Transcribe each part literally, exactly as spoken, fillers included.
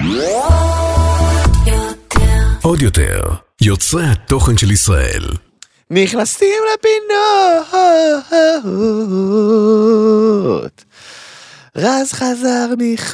עוד יותר, יוצרי התוכן של ישראל. נכנסים לפינות. רז חזר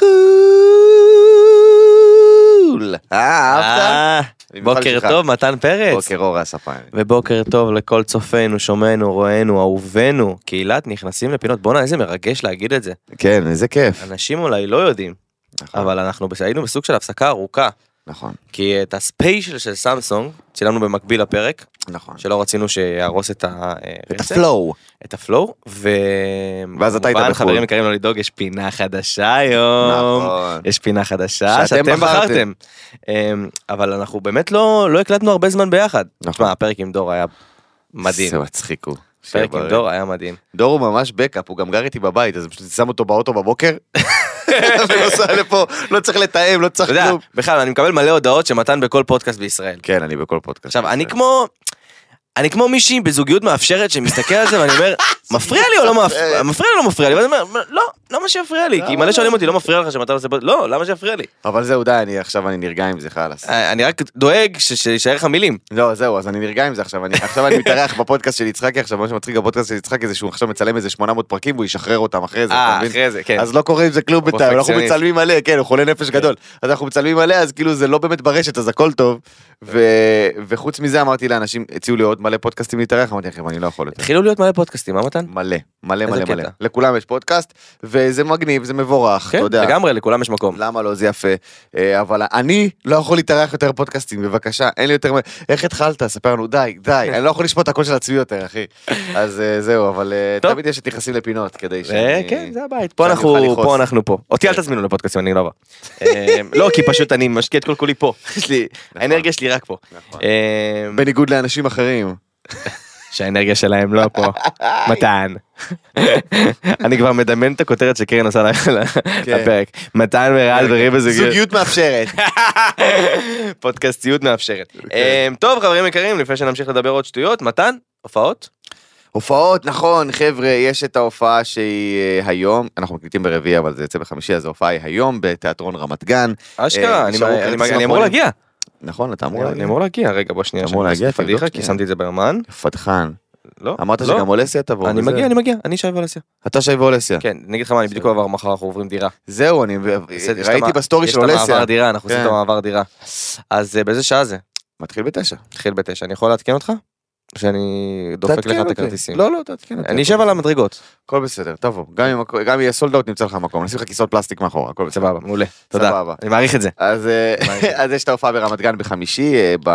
מחול. אה, אהבת? בוקר טוב, מתן פרץ. בוקר אור הספיים. ובוקר טוב לכל צופינו, שומענו, רואינו, אהובנו, קהילת נכנסים לפינות. בוא'נה, איזה מרגש להגיד את זה. כן, איזה כיף. אנשים אולי לא יודעים, אבל אנחנו היינו בסוג של הפסקה ארוכה. נכון. כי את הספיישל של סמסונג צילמנו במקביל לפרק. נכון. שלא רצינו שיהרוס את ה... את הפלואו. את הפלואו, ו... ואז אתה היית בחול. חברים יקרים לו לדאוג, יש פינה חדשה היום. נכון. יש פינה חדשה שאתם שאתם בחרתם. בחרתם. אבל אנחנו באמת לא, לא הקלטנו הרבה זמן ביחד. נכון. תשמע, הפרק עם דור היה מדהים. זהו, הצחיקו. הפרק עם דור היה מדהים. דור הוא ממש בקאפ, הוא גם גר איתי בבית, אז פשוט שם אותו באוטו בבוקר, ונוסע לפה, לא צריך לתאם, לא צריך כלום. בכלל, אני מקבל מלא הודעות שמתן בכל פודקאסט בישראל. כן, אני בכל פודקאסט. עכשיו, אני כמו... אני כמו מישהי בזוגיות מאפשרת שמסתכל על זה ואני אומר, מפריע לי או לא מפריע? מפריע לי או לא מפריע לי? ואני אומר, לא, למה שיפריע לי? כי מלא שואלים אותי, לא מפריע לך שמתן עושה... לא, למה שיפריע לי? אבל זהו, די, אני עכשיו אני נרגע עם זה חלס. אני רק דואג שישאר לך מילים. לא, זהו, אז אני נרגע עם זה עכשיו. עכשיו אני מתארח בפודקאסט של יצחקי, עכשיו מה שמצחיק בפודקאסט של יצחקי זה שהוא עכשיו מצלם איזה שמונה מאות פרקים והוא ישחרר אותם אחרי זה. אה, אחרי זה, כן. אז לא קורה עם זה כלום בינתיים, אנחנו מצלמים מלא, כן, הוא חולה נפש גדול. אז אנחנו מצלמים מלא, אז כאילו זה לא באמת ברשת, אז הכל טוב. וחוץ מזה אמרתי לאנשים, הציעו לי עוד מלא פודקאסטים להתארח, אמרתי לכם, אני לא יכול יותר. התחילו להיות מלא פודקאסטים, מה מתן? מלא, מלא מלא מלא. לכולם יש פודקאסט, וזה מגניב, זה מבורך, אתה יודע. כן, לגמרי, לכולם יש מקום. למה לא, זה יפה. אבל אני לא יכול להתארח יותר פודקאסטים, בבקשה, אין לי יותר... איך התחלת? ספר לנו, די, די, אני לא יכול לשמוע את הקול של עצמי יותר, אחי. אז זהו, אבל תמיד יש את נכנסים לפינות, כדי שאני... כן, זה הבית. פה אנחנו פה. אותי אל תזמינו לפודקאסטים, אני לא בא. לא, כי פשוט אני משקיע את כל כולי פה. האנרגיה שלי רק פה. בניגוד לאנשים אחרים. שהאנרגיה שלהם לא פה. מתן. אני כבר מדמיין את הכותרת שקרן עושה לפרק. מתן ורעל וריב בזוגיות. זוגיות מאפשרת. פודקאסטיות מאפשרת. טוב, חברים יקרים, לפני שנמשיך לדבר עוד שטויות, מתן, הופעות? הופעות, נכון, חבר'ה, יש את ההופעה שהיא היום, אנחנו מקליטים ברביעי, אבל זה יצא בחמישי, אז ההופעה היא היום בתיאטרון רמת גן. אשכרה, אני אמור להגיע. נכון, אתה אמור להגיע. אני אמור להגיע, רגע, בוא שנייה. אמור להגיע, פדיחה, כי שמתי את זה ביומן. פדחן. לא. אמרת שגם אולסיה תבוא. אני מגיע, אני מגיע, אני שי ואולסיה. אתה שי ואולסיה. כן, נגיד לך מה, אני בדיוק עבר מחר, אנחנו עוברים דירה. זהו, אני ראיתי בסטורי של אולסיה. יש את המעבר דירה, אנחנו עושים את המעבר דירה. אז באיזה שעה זה? מתחיל בתשע. מתחיל בתשע, אני יכול להתקן אותך? שאני דופק לך את הכרטיסים. לא, לא, תתקן אותי. אני אשב על המדרגות. הכל בסדר, תבוא. גם אם יהיה סולדאוט נמצא לך מקום. נשים לך כיסאות פלסטיק מאחורה. הכל בסדר. סבבה, מעולה. תודה. אני מעריך את זה. אז יש את ההופעה ברמת גן בחמישי,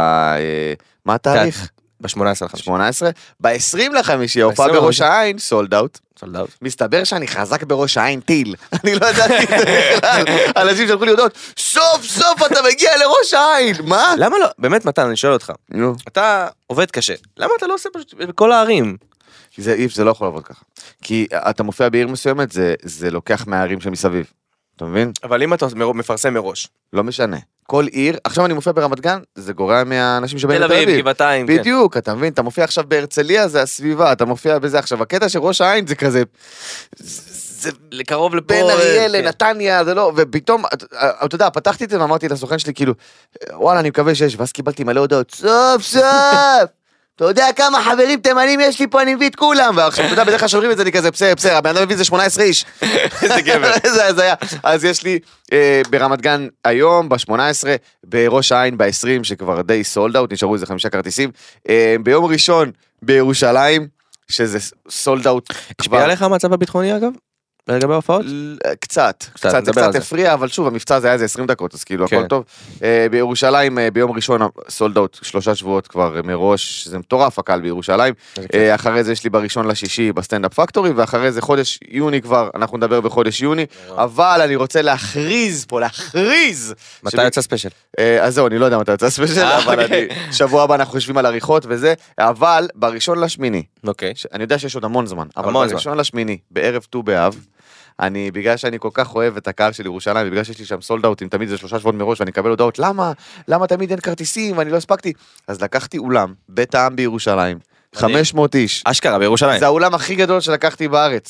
מה התאריך? ב-שמונה עשרה לחמישי. שמונה עשרה. ב-עשרים לחמישי, ההופעה בראש העין, סולדאוט. סולדאוט. מסתבר שאני חזק בראש העין טיל. אני לא ידעתי את זה בכלל. אנשים שלחו לי הודעות, סוף סוף אתה מגיע לראש העין. מה? למה לא? באמת מתן, אני שואל אותך. אתה עובד קשה. למה אתה לא עושה פשוט בכל הערים? זה לא יכול לעבוד ככה. כי אתה מופיע בעיר מסוימת, זה לוקח מהערים שמסביב. אתה מבין? אבל אם אתה מפרסם מראש. לא משנה. כל עיר, עכשיו אני מופיע ברמת גן, זה גורע מהאנשים שבאים לתל אביב, גבעתיים. בדיוק, אתה מבין, אתה מופיע עכשיו בהרצליה, זה הסביבה, אתה מופיע בזה עכשיו, הקטע של ראש העין זה כזה, זה לקרוב לפה. בין אריאל לנתניה, זה לא, ופתאום, אתה יודע, פתחתי את זה ואמרתי לסוכן שלי, כאילו, וואלה, אני מקווה שיש, ואז קיבלתי מלא הודעות, סוף סוף! אתה יודע כמה חברים תימנים יש לי פה, אני מביא את כולם, ועכשיו, אתה יודע, בדרך כלל שומרים את זה, אני כזה, בסדר, בסדר, הבן אדם מביא את זה שמונה עשרה איש. איזה גבר. אז יש לי ברמת גן היום, ב-שמונה עשרה, בראש העין, ב-עשרים, שכבר די סולד אאוט, נשארו איזה חמישה כרטיסים, ביום ראשון בירושלים, שזה סולד אאוט. השפיע עליך המצב הביטחוני אגב? לגבי ההופעות? קצת, קצת, זה קצת הפריע, אבל שוב, המבצע זה היה איזה עשרים דקות, אז כאילו הכל טוב. בירושלים, ביום ראשון, סולד אאוט, שלושה שבועות כבר מראש, זה מטורף הקהל בירושלים. אחרי זה יש לי בראשון לשישי בסטנדאפ פקטורי, ואחרי זה חודש יוני כבר, אנחנו נדבר בחודש יוני, אבל אני רוצה להכריז פה, להכריז. מתי יוצא ספיישל? אז זהו, אני לא יודע מתי יוצא ספיישל, אבל שבוע הבא אנחנו יושבים על עריכות וזה, אבל בראשון לשמיני, אני יודע שיש עוד המון זמן, אבל בראשון לשמיני, בערב ט"ו באב, אני, בגלל שאני כל כך אוהב את הקהל של ירושלים, ובגלל שיש לי שם סולד אאוטים, תמיד זה שלושה שבועות מראש, ואני אקבל הודעות, למה? למה תמיד אין כרטיסים, ואני לא הספקתי? אז לקחתי אולם, בית העם בירושלים, חמש מאות איש. אשכרה, בירושלים. זה האולם הכי גדול שלקחתי בארץ.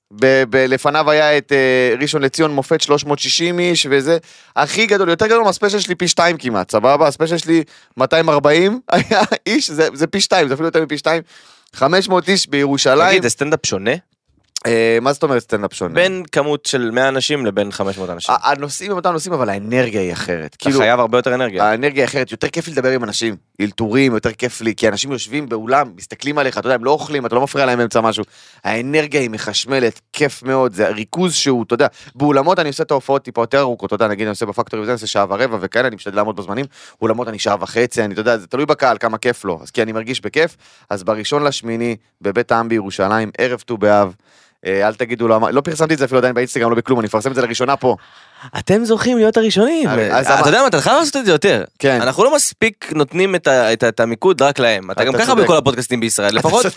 לפניו היה את ראשון לציון מופת שלוש מאות ושישים איש, וזה הכי גדול, יותר גדול מהספיישל שלי פי שתיים כמעט, סבבה? הספיישל שלי מאתיים וארבעים היה איש, זה פי שתיים, זה אפילו יותר מפי שתיים, חמש מאות איש בירושלים. תגיד, זה סטנדאפ שונה? מה זאת אומרת סטנדאפ שונה? בין כמות של מאה אנשים לבין חמש מאות אנשים. הנושאים הם אותם נושאים, אבל האנרגיה היא אחרת. אתה חייב הרבה יותר אנרגיה. האנרגיה היא אחרת, יותר כיף לי לדבר עם אנשים, אלתורים, יותר כיף לי, כי אנשים יושבים באולם, מסתכלים עליך, אתה יודע, הם לא אוכלים, אתה לא מפריע להם באמצע משהו. האנרגיה היא מחשמלת, כיף מאוד, זה ריכוז שהוא, אתה יודע, באולמות אני עושה את ההופעות טיפה יותר ארוכות, אתה יודע, נגיד אני עושה בפקטורי וזה, אני עושה שעה ורבע וכאלה, אני משתדל לעמוד בזמנים, אולמות אני שעה וחצי, אני, אתה יודע, זה תלוי בקהל, כמה כיף לו, אז כי אני מרגיש בכיף, אז בראשון לשמיני, בבית העם בירושלים, ערב ט"ו באב, אל תגידו, לא פרסמתי את זה אפילו עדיין באינסטגרם, לא בכלום, אני אפרסם את זה לראשונה פה. אתם זוכים להיות הראשונים. אתה יודע מה, אתה חייב לעשות את זה יותר. אנחנו לא מספיק נותנים את המיקוד רק להם. אתה גם ככה בכל הפודקאסטים בישראל. לפחות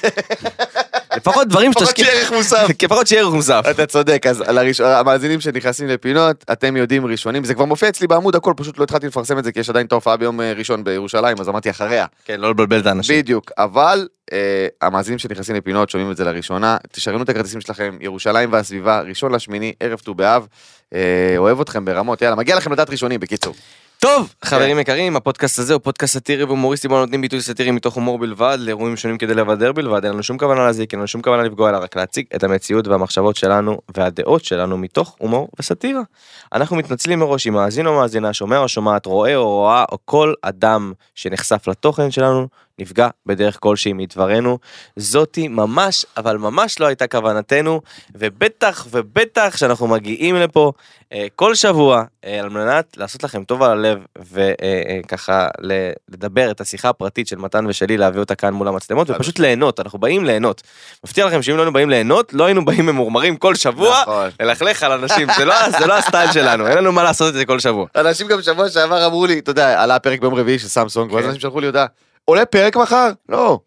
לפחות דברים שתשקיע. לפחות שיהיה ערך מוסף. אתה צודק, אז המאזינים שנכנסים לפינות, אתם יודעים ראשונים, זה כבר מופיע אצלי בעמוד הכל, פשוט לא התחלתי לפרסם את זה, כי יש עדיין תופעה ביום ראשון בירושלים, אז אמרתי אחריה. כן, לא לבלבל את האנשים. בדיוק, אבל המאזינים שנכנסים לפינות, שומעים את זה לראשונה, תשרנו את הכרטיסים שלכם, ירושלים והסביבה, ראשון לשמיני, ערב ט"ו באב, אוהב אתכם ברמות, יאללה, מגיע לכם לדעת ראשונים, בקיצור. טוב, חברים יקרים, הפודקאסט הזה הוא פודקאסט סאטירי והומוריסטי, בו נותנים ביטוי סאטירי מתוך הומור בלבד, לאירועים שונים כדי לבדר בלבד, אין לנו שום כוונה להזיק, אין לנו שום כוונה לפגוע, אלא רק להציג את המציאות והמחשבות שלנו והדעות שלנו מתוך הומור וסאטירה. אנחנו מתנצלים מראש אם מאזין או מאזינה, שומע או שומעת, רואה או רואה, או כל אדם שנחשף לתוכן שלנו, נפגע בדרך כלשהי מדברנו. זאתי ממש, אבל ממש לא הייתה כוונתנו, ובטח ובטח שאנחנו מגיעים לפה אה, כל שבוע, אה, על מנת לעשות לכם טוב על הלב, וככה אה, לדבר את השיחה הפרטית של מתן ושלי, להביא אותה כאן מול המצלמות, ופשוט ליהנות, אנחנו באים ליהנות. מבטיח לכם שאם לא היינו באים ליהנות, לא היינו באים ממורמרים כל שבוע, ללכלך על אנשים, זה לא, זה לא הסטייל שלנו, אין לנו מה לעשות את זה כל שבוע. אנשים גם שבוע שעבר אמרו לי, אתה יודע, עלה הפרק ביום רביעי של סמסונג, ואז אנשים שלחו לי הודעה, עולה פרק מחר? לא.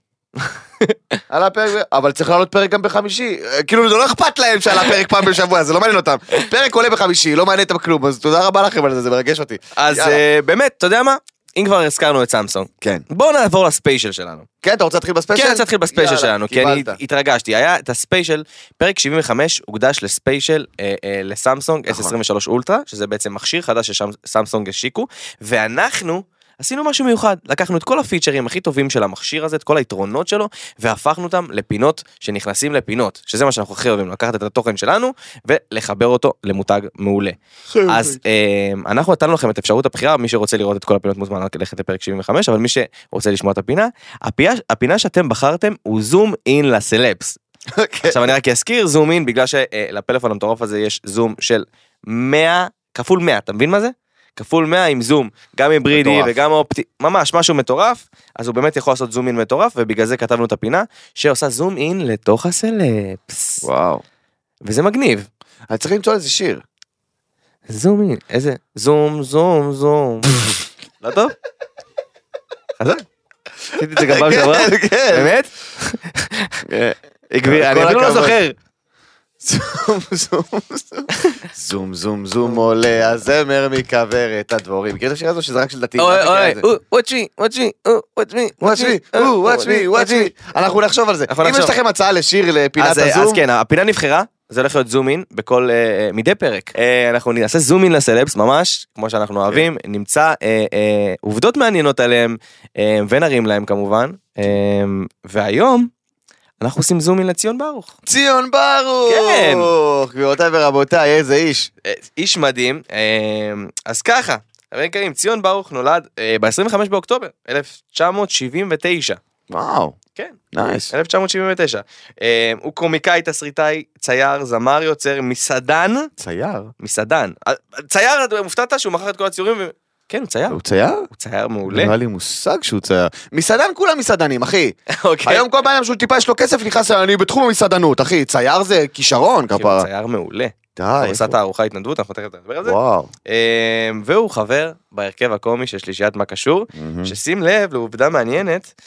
עלה פרק, אבל צריך לעלות פרק גם בחמישי. כאילו, זה לא אכפת להם שעלה פרק פעם בשבוע, זה לא מעניין אותם. פרק עולה בחמישי, לא מעניין אותם כלום, אז תודה רבה לכם על זה, זה מרגש אותי. אז באמת, אתה יודע מה? אם כבר הזכרנו את סמסונג, כן. בואו נעבור לספיישל שלנו. כן, אתה רוצה להתחיל בספיישל? כן, אני רוצה להתחיל בספיישל שלנו, כי אני התרגשתי. היה את הספיישל, פרק שבעים וחמש הוקדש לספיישל לסמסונג אס עשרים ושלוש אולטרה, שזה בעצם מכשיר חדש שסמסונג השיקו, ואנחנו עשינו משהו מיוחד, לקחנו את כל הפיצ'רים הכי טובים של המכשיר הזה, את כל היתרונות שלו, והפכנו אותם לפינות שנכנסים לפינות, שזה מה שאנחנו הכי אוהבים, לקחת את התוכן שלנו, ולחבר אותו למותג מעולה. אז אנחנו נתנו לכם את אפשרות הבחירה, מי שרוצה לראות את כל הפינות מוזמן ללכת לפרק שבעים וחמש, אבל מי שרוצה לשמוע את הפינה, הפינה שאתם בחרתם הוא זום אין לסלפס. עכשיו אני רק אזכיר, זום אין, בגלל שלפלאפון המטורף הזה יש זום של מאה, כפול מאה, אתה מבין מה זה? כפול מאה עם זום, גם היברידי וגם אופטי, ממש משהו מטורף, אז הוא באמת יכול לעשות זום אין מטורף, ובגלל זה כתבנו את הפינה, שעושה זום אין לתוך הסלפס. וואו. וזה מגניב. אני צריך למצוא איזה שיר. זום אין, איזה, זום, זום, זום. לא טוב? חזק? עשיתי את זה גם פעם שעברה? באמת? אני אפילו לא זוכר. זום, זום, זום, זום, זום, זום עולה, הזמר מכבר את הדבורים. מכיר את השיר הזו שזה רק של דתיים? אוי, אוי, watch me, watch me, watch me, watch me, watch me, watch me. אנחנו נחשוב על זה. אם יש לכם הצעה לשיר לפינת הזום. אז כן, הפינה נבחרה, זה הולך להיות זום אין בכל, מדי פרק. אנחנו נעשה זום אין לסלפס, ממש, כמו שאנחנו אוהבים, נמצא עובדות מעניינות עליהם, ונרים להם כמובן, והיום, אנחנו עושים זום אין לציון ברוך. ציון ברוך! כן! גבירותיי ורבותיי, איזה איש. איש מדהים. אז ככה, חברים יקרים, ציון ברוך נולד ב-עשרים וחמישה באוקטובר, אלף תשע מאות שבעים ותשע. וואו. כן. נייס. אלף תשע מאות שבעים ותשע. הוא קומיקאי, תסריטאי, צייר, זמר יוצר, מסעדן. צייר? מסעדן. צייר, מופתעת שהוא מכר את כל הציורים ו... כן, הוא צייר. הוא צייר? הוא צייר מעולה. נראה לי מושג שהוא צייר. מסעדן כולם מסעדנים, אחי. היום כל בעיה שהוא טיפה יש לו כסף, נכנס, אני בתחום המסעדנות, אחי. צייר זה כישרון, כפרה. הוא צייר מעולה. די. הוא עושה את הארוחה התנדבות, אנחנו תכף נדבר על זה. וואו. והוא חבר בהרכב הקומי של שלישיית מה קשור, ששים לב לעובדה מעניינת,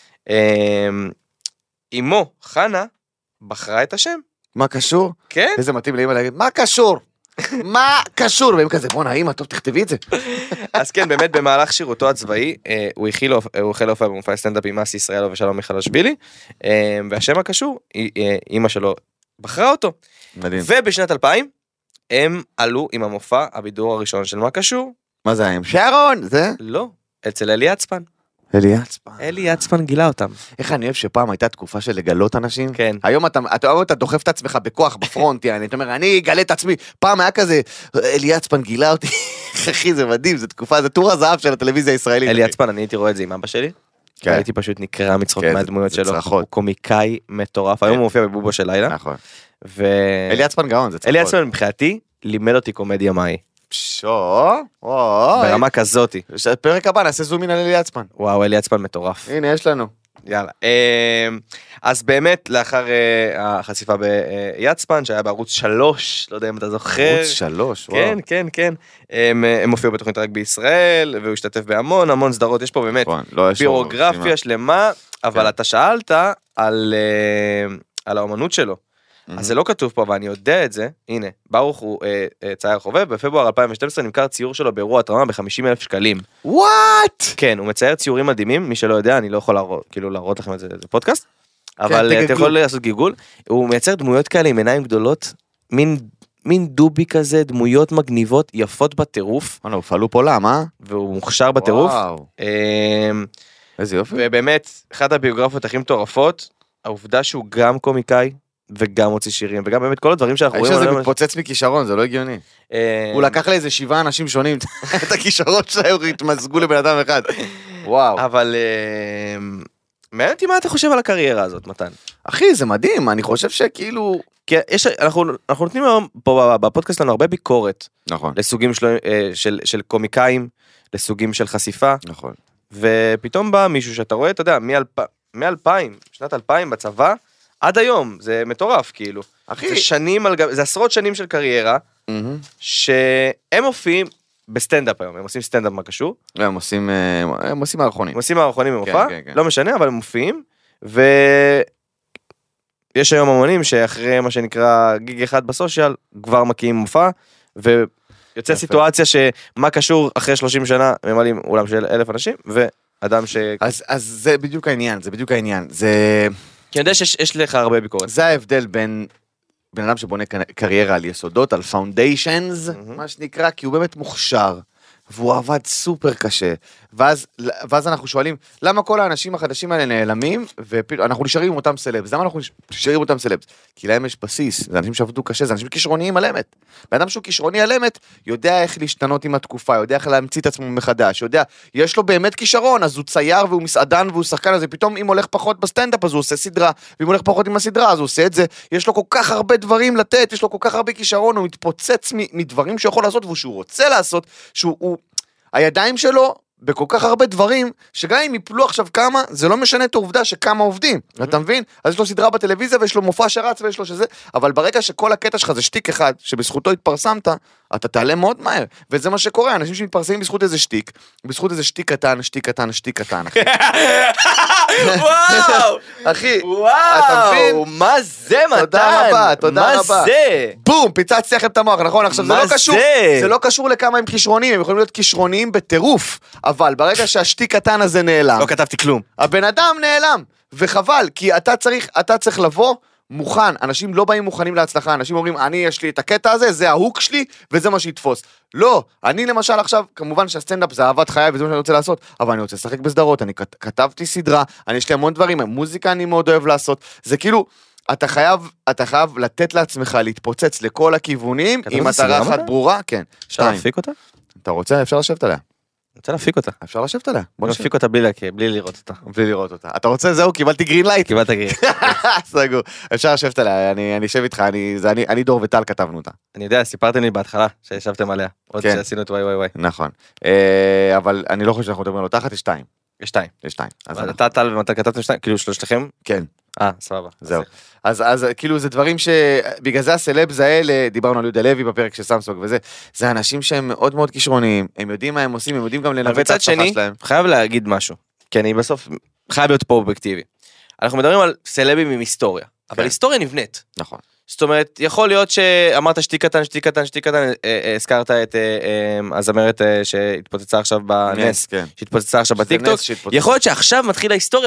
אמו, חנה, בחרה את השם. מה קשור? כן. איזה מתאים לאמא להגיד, מה קשור? מה קשור? והם כזה, בוא נעים, טוב, תכתבי את זה. אז כן, באמת במהלך שירותו הצבאי, הוא החל להופיע במופע סטנדאפ עם אסי ישראלוב ושלום מיכאלשווילי, והשם הקשור, אימא שלו בחרה אותו. מדהים. ובשנת אלפיים, הם עלו עם המופע הבידור הראשון של מה קשור. מה זה היה? עם שרון? זה? לא, אצל אלי יצפן. אלי יצפן. אלי יצפן גילה אותם. איך אני אוהב שפעם הייתה תקופה של לגלות אנשים? כן. היום אתה, אתה, אתה דוחף את עצמך בכוח בפרונט, אני, אתה אומר, אני אגלה את עצמי. פעם היה כזה, אלי יצפן גילה אותי. אחי, זה מדהים, זה תקופה, זה טור הזהב של הטלוויזיה הישראלית. אלי יצפן, אני הייתי רואה את זה עם אבא שלי. כן. הייתי פשוט נקרא מצחוק כן, מהדמויות זה, זה שלו. צרחות. הוא קומיקאי מטורף. היום הוא מופיע בבובו של לילה. נכון. ו... אלי יצפן גאון, זה צרחות. אלי יצפן מבחינתי לימד אותי קומדיה מהי. שו, ברמה כזאתי. פרק הבא נעשה זומין על אלי יצפן. וואו, אלי יצפן מטורף. הנה, יש לנו. יאללה. אז באמת, לאחר החשיפה ביצפן, שהיה בערוץ שלוש, לא יודע אם אתה זוכר. ערוץ שלוש, וואו. כן, כן, כן. הם הופיעו בתוכנית רק בישראל, והוא השתתף בהמון, המון סדרות. יש פה באמת בירוגרפיה שלמה, אבל אתה שאלת על האומנות שלו. אז זה לא כתוב פה, אבל אני יודע את זה. הנה, ברוך הוא צייר חובב, בפברואר אלפיים ושתים עשרה נמכר ציור שלו באירוע התרמה ב-חמישים אלף שקלים. וואט? כן, הוא מצייר ציורים מדהימים, מי שלא יודע, אני לא יכול כאילו להראות לכם את זה, זה פודקאסט, אבל אתה יכול לעשות גיגול. הוא מייצר דמויות כאלה עם עיניים גדולות, מין דובי כזה, דמויות מגניבות, יפות בטירוף. הוא פעלו פה למה? והוא מוכשר בטירוף. איזה יופי. ובאמת, אחת הביוגרפיות הכי מטורפות, העובדה שהוא גם קומיקאי, וגם הוציא שירים, וגם באמת כל הדברים שאנחנו רואים. האיש הזה מתפוצץ מכישרון, זה לא הגיוני. הוא לקח לאיזה שבעה אנשים שונים, את הכישרון שלהם התמזגו לבן אדם אחד. וואו. אבל מעניין אותי מה אתה חושב על הקריירה הזאת, מתן? אחי, זה מדהים, אני חושב שכאילו... כי אנחנו נותנים היום פה בפודקאסט לנו הרבה ביקורת. נכון. לסוגים של קומיקאים, לסוגים של חשיפה. נכון. ופתאום בא מישהו שאתה רואה, אתה יודע, מ-אלפיים, שנת אלפיים בצבא, עד היום, זה מטורף, כאילו. אחי. זה שנים, זה עשרות שנים של קריירה, שהם מופיעים בסטנדאפ היום, הם עושים סטנדאפ מה קשור. הם עושים, הם עושים מערכונים. הם עושים מערכונים במופע, לא משנה, אבל הם מופיעים, ויש היום המונים שאחרי מה שנקרא גיג אחד בסושיאל, כבר מקיאים מופע, ויוצא סיטואציה שמה קשור אחרי שלושים שנה, ממלאים אולם של אלף אנשים, ואדם ש... אז זה בדיוק העניין, זה בדיוק העניין, זה... כי אני יודע שיש לך הרבה ביקורת. זה ההבדל בין בן אדם שבונה קריירה על יסודות, על פאונדיישנס, מה שנקרא, כי הוא באמת מוכשר, והוא עבד סופר קשה, ואז, ואז אנחנו שואלים, למה כל האנשים החדשים האלה נעלמים, ואנחנו נשארים עם אותם סלבס, למה אנחנו נשארים עם אותם סלבס? כי להם יש בסיס, זה אנשים שעבדו קשה, זה אנשים כישרוניים על אמת. באדם שהוא כישרוני על אמת, יודע איך להשתנות עם התקופה, יודע איך להמציא את עצמו מחדש, יודע, יש לו באמת כישרון, אז הוא צייר והוא מסעדן והוא שחקן, אז פתאום אם הולך פחות בסטנדאפ, אז הוא עושה סדרה, ואם הולך פחות עם הסדרה, אז הוא עושה את זה, יש לו כל כך הרבה דברים לתת, יש לו כל כך הרבה כישרון, הוא מתפוצץ מדברים שהוא יכול לעשות, ושהוא רוצה לעשות, שהוא, הידיים שלו בכל כך הרבה דברים, שגם אם יפלו עכשיו כמה, זה לא משנה את העובדה שכמה עובדים, אתה מבין? אז יש לו סדרה בטלוויזיה, ויש לו מופע שרץ, ויש לו שזה, אבל ברגע שכל הקטע שלך זה שטיק אחד, שבזכותו התפרסמת, אתה תעלה מאוד מהר, וזה מה שקורה, אנשים שמתפרסמים בזכות איזה שטיק, בזכות איזה שטיק קטן, שטיק קטן, שטיק קטן, אחי. וואו! אחי, אתה מבין? מה זה, מתן? תודה רבה, תודה רבה. מה זה? בום, פיצצתי לכם את המוח, נכון? עכשיו, זה לא קשור, זה לא קשור לכמה הם כישרוניים, הם יכולים להיות כישרוניים בטירוף, אבל ברגע שהשטיק קטן הזה נעלם, לא כתבתי כלום. הבן אדם נעלם, וחבל, כי אתה צריך, אתה צריך לבוא מוכן, אנשים לא באים מוכנים להצלחה, אנשים אומרים, אני יש לי את הקטע הזה, זה ההוק שלי, וזה מה שיתפוס. לא, אני למשל עכשיו, כמובן שהסטנדאפ זה אהבת חיי, וזה מה שאני רוצה לעשות, אבל אני רוצה לשחק בסדרות, אני כתבתי סדרה, אני יש לי המון דברים, מוזיקה אני מאוד אוהב לעשות, זה כאילו, אתה חייב, אתה חייב לתת לעצמך להתפוצץ לכל הכיוונים, עם מטרה אחת ברורה, כן. אפשר להפיק אותה? אתה רוצה, אפשר לשבת עליה. אני רוצה להפיק אותה. אפשר לשבת עליה. בוא נפיק אותה בלי להכיר, בלי לראות אותה. בלי לראות אותה. אתה רוצה, זהו, קיבלתי גרין לייט. קיבלת גרין. סגור. אפשר לשבת עליה, אני אשב איתך, אני דור וטל כתבנו אותה. אני יודע, סיפרתם לי בהתחלה שישבתם עליה. עוד שעשינו את וואי וואי וואי. נכון. אבל אני לא חושב שאנחנו מדברים על אותה אחת, יש שתיים. יש שתיים. יש שתיים. אתה, טל ומתן כתבתם שתיים? כאילו שלושתכם? כן. אה, סבבה. זהו. אז, אז כאילו זה דברים שבגלל זה הסלבס האלה, דיברנו על יהודה לוי בפרק של סמסונג וזה, זה אנשים שהם מאוד מאוד כישרוניים, הם יודעים מה הם עושים, הם יודעים גם לנווט את ההצלחה שלהם. חייב להגיד משהו, כי אני בסוף חייב להיות פה אובייקטיבי. אנחנו מדברים על סלבים עם היסטוריה, אבל היסטוריה נבנית. נכון. זאת אומרת, יכול להיות שאמרת שתי קטן, שתי קטן, שתי קטן, הזכרת את הזמרת שהתפוצצה עכשיו בנס, שהתפוצצה עכשיו בטיקטוק, יכול להיות שעכשיו מתחיל ההיסטוריה שלה.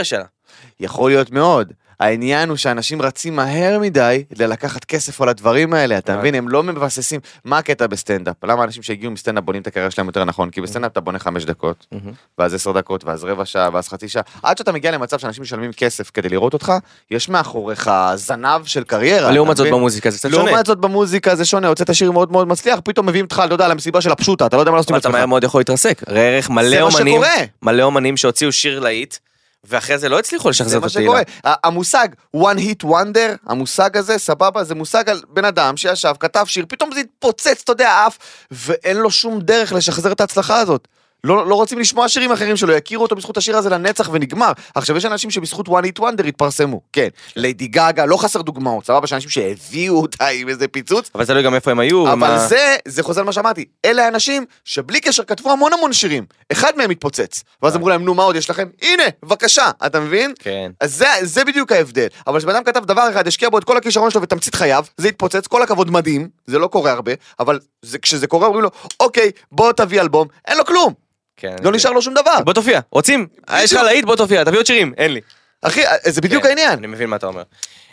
יכול להיות מאוד. העניין הוא שאנשים רצים מהר מדי ללקחת כסף על הדברים האלה, אתה מבין? הם לא מבססים. מה הקטע בסטנדאפ? למה אנשים שהגיעו מסטנדאפ בונים את הקריירה שלהם יותר נכון? כי בסטנדאפ אתה בונה חמש דקות, ואז עשר דקות, ואז רבע שעה, ואז חצי שעה. עד שאתה מגיע למצב שאנשים משלמים כסף כדי לראות אותך, יש מאחוריך זנב של קריירה. לעומת זאת במוזיקה זה קצת שונה. לעומת זאת במוזיקה זה שונה, הוצאת שיר מאוד מאוד מצליח, פתאום מביאים אותך, אתה יודע, למסיבה של הפשוטה, אתה לא יודע מה לעשות עם עצמך. אתה מאוד יכול להתרסק. ערך מלא אומנים, מלא אומנים שהוציאו שיר להיט, ואחרי זה לא הצליחו לשחזר את התהילה. המושג one hit wonder, המושג הזה, סבבה, זה מושג על בן אדם שישב, כתב שיר, פתאום זה התפוצץ, אתה יודע, אף, ואין לו שום דרך לשחזר את ההצלחה הזאת. לא, לא רוצים לשמוע שירים אחרים שלו, יכירו אותו בזכות השיר הזה לנצח ונגמר. עכשיו יש אנשים שבזכות one hit wonder התפרסמו, כן. ליידי גגה, לא חסר דוגמאות, סבבה, שאנשים שהביאו אותה עם איזה פיצוץ. אבל זה לא גם איפה הם היו. אבל ומה... זה, זה חוזר מה שאמרתי. אלה האנשים שבלי קשר כתבו המון המון שירים. אחד מהם התפוצץ. ואז אמרו להם, נו, מה עוד יש לכם? הנה, בבקשה, אתה מבין? כן. אז זה, זה בדיוק ההבדל. אבל כשבן אדם כתב דבר אחד, השקיע בו את כל הכישרון שלו ותמצית חייו, זה התפוצץ, כל הכבוד מדהים, זה לא קורה הרבה, אבל זה, כשזה קורה, אומרים לו, אוקיי, בוא תביא אלבום, אין לו כלום. כן, לא נשאר לו שום דבר. בוא תופיע, רוצים? יש לך להיט, בוא תופיע, תביא עוד שירים, אין לי. אחי, זה בדיוק העניין. אני מבין מה אתה אומר.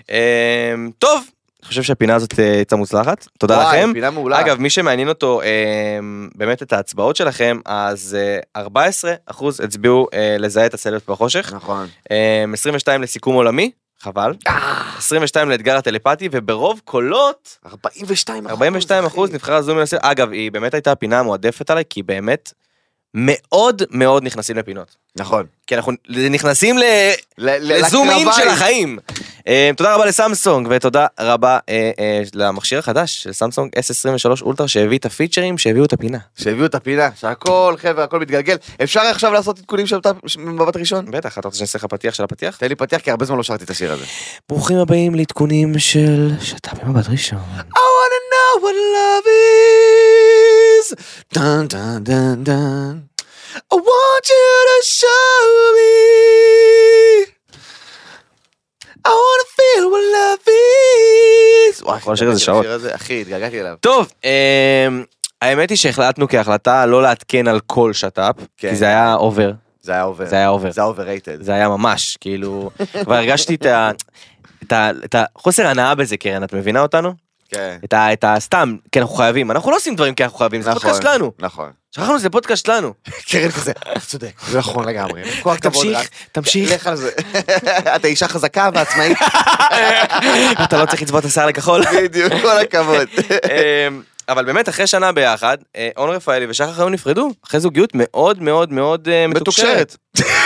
טוב, אני חושב שהפינה הזאת הייתה מוצלחת, תודה לכם. פינה מעולה. אגב, מי שמעניין אותו באמת את ההצבעות שלכם, אז ארבעה עשר אחוז הצביעו לזהה את הסלט בחושך. נכון. עשרים ושתיים לסיכום עולמי, חבל. עשרים ושתיים לאתגר הטלפתי, וברוב קולות, ארבעים ושתיים אחוז. ארבעים ושתיים אחוז נבחר זומי לסלט. אגב, היא באמת הייתה הפינה המועדפת עליי, כי באמת מאוד מאוד נכנסים לפינות. נכון. כי אנחנו נכנסים לזום-אין של החיים. תודה רבה לסמסונג, ותודה רבה למכשיר החדש של סמסונג אס עשרים ושלוש אולטרה, שהביא את הפיצ'רים, שהביאו את הפינה. שהביאו את הפינה, שהכל חבר'ה, הכל מתגלגל. אפשר עכשיו לעשות עדכונים של מבט ראשון? בטח, אתה רוצה שאני אעשה לך פתיח של הפתיח? תן לי פתיח, כי הרבה זמן לא שרתי את השיר הזה. ברוכים הבאים לעדכונים של שתה במבט ראשון. I wanna know what love is. Dun, dun, dun, dun. I want you to show me. I wanna feel what love is. וואי, כל השיר הזה שעות. אחי, התגעגעתי אליו. טוב, האמת היא שהחלטנו כהחלטה לא לעדכן על כל שטאפ, כי זה היה אובר. זה היה אובר. זה היה אובר. זה היה אובררייטד. זה היה ממש, כאילו, כבר הרגשתי את החוסר הנאה בזה, קרן, את מבינה אותנו? כן. את הסתם, כי אנחנו חייבים, אנחנו לא עושים דברים כי אנחנו חייבים, זה פודקאסט שלנו. נכון. שכחנו שזה פודקאסט שלנו. קרן כזה, אתה צודק, זה נכון לגמרי. תמשיך, תמשיך. לך על זה. אתה אישה חזקה ועצמאית. אתה לא צריך לצבוע את השיער לכחול. בדיוק, כל הכבוד. אבל באמת אחרי שנה ביחד, און רפאלי ושחר חיון נפרדו, אחרי זוגיות מאוד מאוד מאוד מתוקשרת.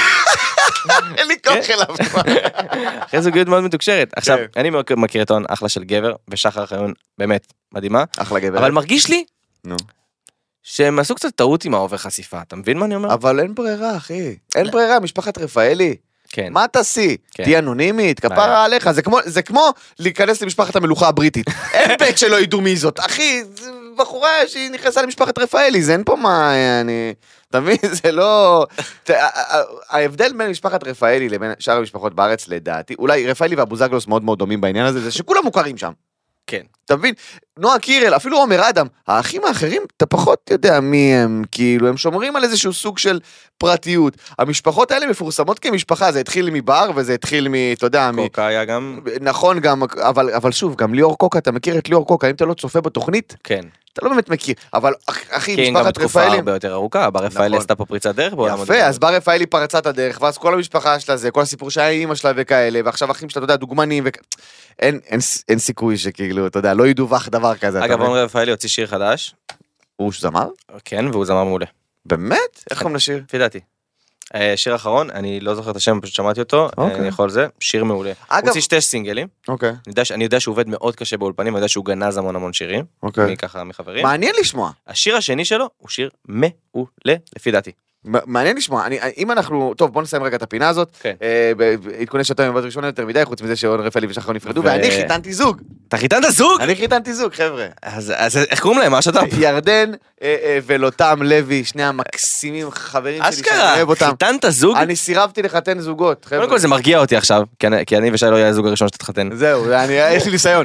אין לי כוח אליו. אחרי זוגיות מאוד מתוקשרת. עכשיו, אני מכיר את און, אחלה של גבר, ושחר חיון באמת מדהימה. אחלה גבר. אבל מרגיש לי שהם עשו קצת טעות עם האובר חשיפה, אתה מבין מה אני אומר? אבל אין ברירה, אחי. אין ברירה, משפחת רפאלי. כן. מה תעשי? תהיה אנונימית, כפרה עליך. זה כמו להיכנס למשפחת המלוכה הבריטית. אין בית שלא ידעו מי זאת. אחי, בחורה שהיא נכנסה למשפחת רפאלי, זה אין פה מה, אני... אתה מבין? זה לא... ההבדל בין משפחת רפאלי לבין שאר המשפחות בארץ, לדעתי, אולי רפאלי ואבוזגלוס מאוד מאוד דומים בעניין הזה, זה שכולם מוכרים שם. כן. אתה מבין? נועה קירל, אפילו עומר אדם, האחים האחרים, אתה פחות יודע מי הם, כאילו, הם שומרים על איזשהו סוג של פרטיות. המשפחות האלה מפורסמות כמשפחה, זה התחיל מבר, וזה התחיל מ... אתה יודע, קוקה היה גם... נכון, גם, אבל, אבל שוב, גם ליאור קוקה, אתה מכיר את ליאור קוקה, אם אתה לא צופה בתוכנית? כן. אתה לא באמת מכיר, אבל אחי, משפחת רפאלי... כן, גם בתקופה הרבה יותר ארוכה, בר רפאלי עשתה פה פריצת דרך בעולם. יפה, אז בר רפאלי פרצה את הדרך, ואז כל המשפחה שלה זה, כל הסיפור שהיה אימא שלה וכאלה, ועכשיו אחים שלה, אתה יודע, דוגמנים וכ... אין, אין, אין סיכוי שכאילו, אתה יודע, לא ידווח דבר כזה. אגב, און רפאלי הוציא שיר חדש. הוא זמר? כן, והוא זמר מעולה. באמת? איך קוראים לשיר? לפי דעתי. שיר אחרון, אני לא זוכר את השם, פשוט שמעתי אותו, אני יכול זה, שיר מעולה. הוא הוציא שתי סינגלים. אוקיי. אני יודע שהוא עובד מאוד קשה באולפנים, אני יודע שהוא גנז המון המון שירים. אוקיי. מככה מחברים. מעניין לשמוע. השיר השני שלו הוא שיר מעולה, לפי דעתי. מעניין לשמוע, אם אנחנו, טוב בוא נסיים רגע את הפינה הזאת, עדכוני שאתה מבט ראשון יותר מדי, חוץ מזה שאון רפאלי ושחר נפרדו, ואני חיתנתי זוג. אתה חיתנת זוג? אני חיתנתי זוג, חבר'ה. אז איך קוראים להם, מה שאתה? ירדן ולותם לוי, שני המקסימים חברים שלי שאני אוהב אותם. חיתנת זוג? אני סירבתי לחתן זוגות, חבר'ה. קודם כל זה מרגיע אותי עכשיו, כי אני ושי לא יהיה הזוג הראשון שתתחתן. זהו, יש לי ניסיון.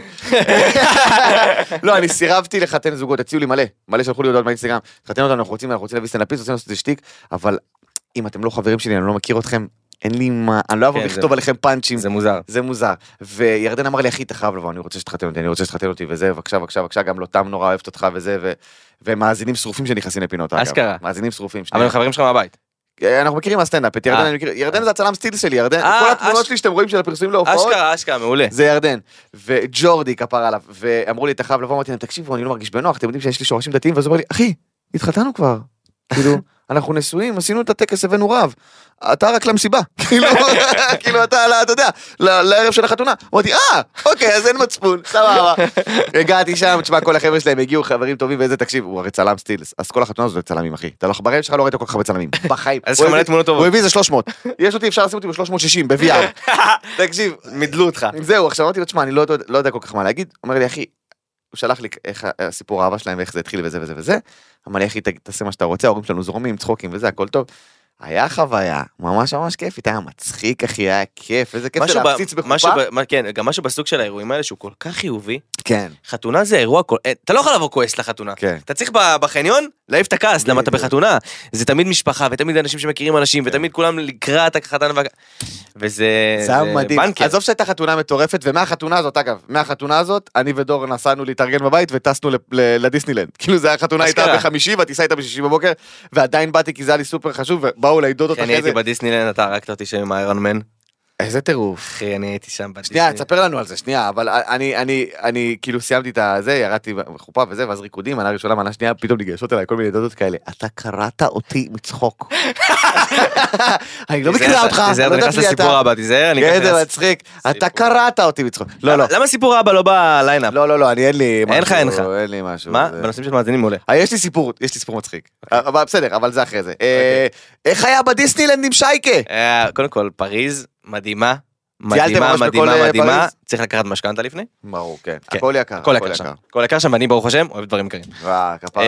לא, אני סירבתי לחתן זוגות, הציעו לי מלא, מלא שלחו לי הודעות באינסטגרם, חתן אותנו, אנחנו רוצים, אנחנו רוצים להביא סטנדאפיסט, רוצים לעשות שטיק, אבל אם אתם לא חברים שלי, אני לא מכיר אתכם, אין לי מה, אני לא אבוא לכתוב עליכם פאנצ'ים. זה מוזר. זה מוזר. וירדן אמר לי, אחי, אתה חייב לבוא, אני רוצה שתחתן אותי, אני רוצה שתחתן אותי, וזה, בבקשה, בבקשה, בבקשה, גם לא תם נורא אוהבת אותך, וזה, ומאזינים שרופים שנכנסים לפינות. אשכרה. מאזינים שרופים. אבל הם חברים שלך מהבית. אנחנו מכירים מהסטנדאפ, את ירדן אני מכיר, ירדן זה הצלם סטיל שלי, ירדן, כל התמונות שלי שאתם רואים של הפרסומים להופעות, אשכרה, אשכרה, מעולה. זה ירדן, וג'ורדי כפר עליו, ואמרו לי, אתה חייב לבוא, אמרתי להם, תקשיבו, אני לא מרגיש בנוח, אתם יודעים שיש לי שורשים דתיים, ואז הוא אומר לי, אחי, התחתנו כבר, כאילו, אנחנו נשואים, עשינו את הטקס, הבאנו רב, אתה רק למסיבה, כאילו אתה, אתה יודע, לערב של החתונה, אמרתי, אה, אוקיי, אז אין מצפון, סבבה, הגעתי שם, תשמע, כל החבר'ה שלהם הגיעו, חברים טובים, ואיזה תקשיב, הוא הרי צלם סטילס, אז כל החתונה הזאת צלמים, אחי, אתה לא ברעב שלך לא ראית כל כך הרבה צלמים, בחיים, הוא הביא איזה שלוש מאות, יש אותי, אפשר לשים אותי ב-שלוש מאות ושישים, ב-וי אר, תקשיב, מדלו אותך, זהו, עכשיו אמרתי לו, תשמע, אני לא יודע כל כך מה להגיד, אומר לי, אחי, הוא שלח לי איך הסיפור האהבה שלהם ואיך זה התחיל וזה וזה וזה, אמר לי, אחי, תעשה מה שאתה רוצה, ההורים שלנו זורמים, צחוקים וזה, הכל טוב. היה חוויה, ממש ממש כיפית, היה מצחיק, אחי, היה כיף, איזה כיף זה להפציץ בחופה. כן, גם משהו בסוג של האירועים האלה שהוא כל כך חיובי. כן. חתונה זה אירוע, אתה לא יכול לבוא כועס לחתונה. כן. אתה צריך בחניון להעיף את הכעס, למה אתה בחתונה. זה תמיד משפחה, ותמיד אנשים שמכירים אנשים, ותמיד כולם לקראת החתנה, וזה מדהים. עזוב שהייתה חתונה מטורפת, ומהחתונה הזאת, אגב, מהחתונה הזאת, אני ודור נסענו להתארגן בבית, וטסנו לדיסנילנד. כאילו זה החתונה הייתה בחמישי, והטיסה הייתה בשישי בבוקר, ועדיין באתי כי זה היה לי סופר חשוב, ובאו לידות אותך אני הייתי בדיסנילנד, אתה הרגת אותי שם עם האיירון מן. איזה טירוף. אחי, אני הייתי שם בדיסנילנד. שנייה, תספר לנו על זה, שנייה, אבל אני, אני, אני כאילו סיימתי את זה, ירדתי בחופה וזה, ואז ריקודים, מנה ראשונה, מנה שנייה, פתאום ניגשות אליי, כל מיני דודות כאלה. אתה קראת אותי מצחוק. אני לא מכירה אותך. תיזהר, אתה נכנס לסיפור הבא, תיזהר, אני נכנס. זה מצחיק. אתה קראת אותי מצחוק. לא, לא. למה סיפור הבא לא בליינאפ? לא, לא, לא, אני אין לי משהו. אין לך, אין לך. אין לי משהו. מה? בנושאים של מאזינים מעולה. יש לי סיפור, יש לי סיפור מצחיק. בסדר, אבל זה אחרי זה. איך היה בדיסנילנד עם שייקה? קודם כל, פריז, מדהימה. מדהימה, מדהימה, מדהימה, צריך לקחת משכנתה לפני. ברור, כן. הכל יקר. הכל יקר שם. הכל יקר שם, ואני ברוך השם אוהב דברים קרים. וואו, כפרה.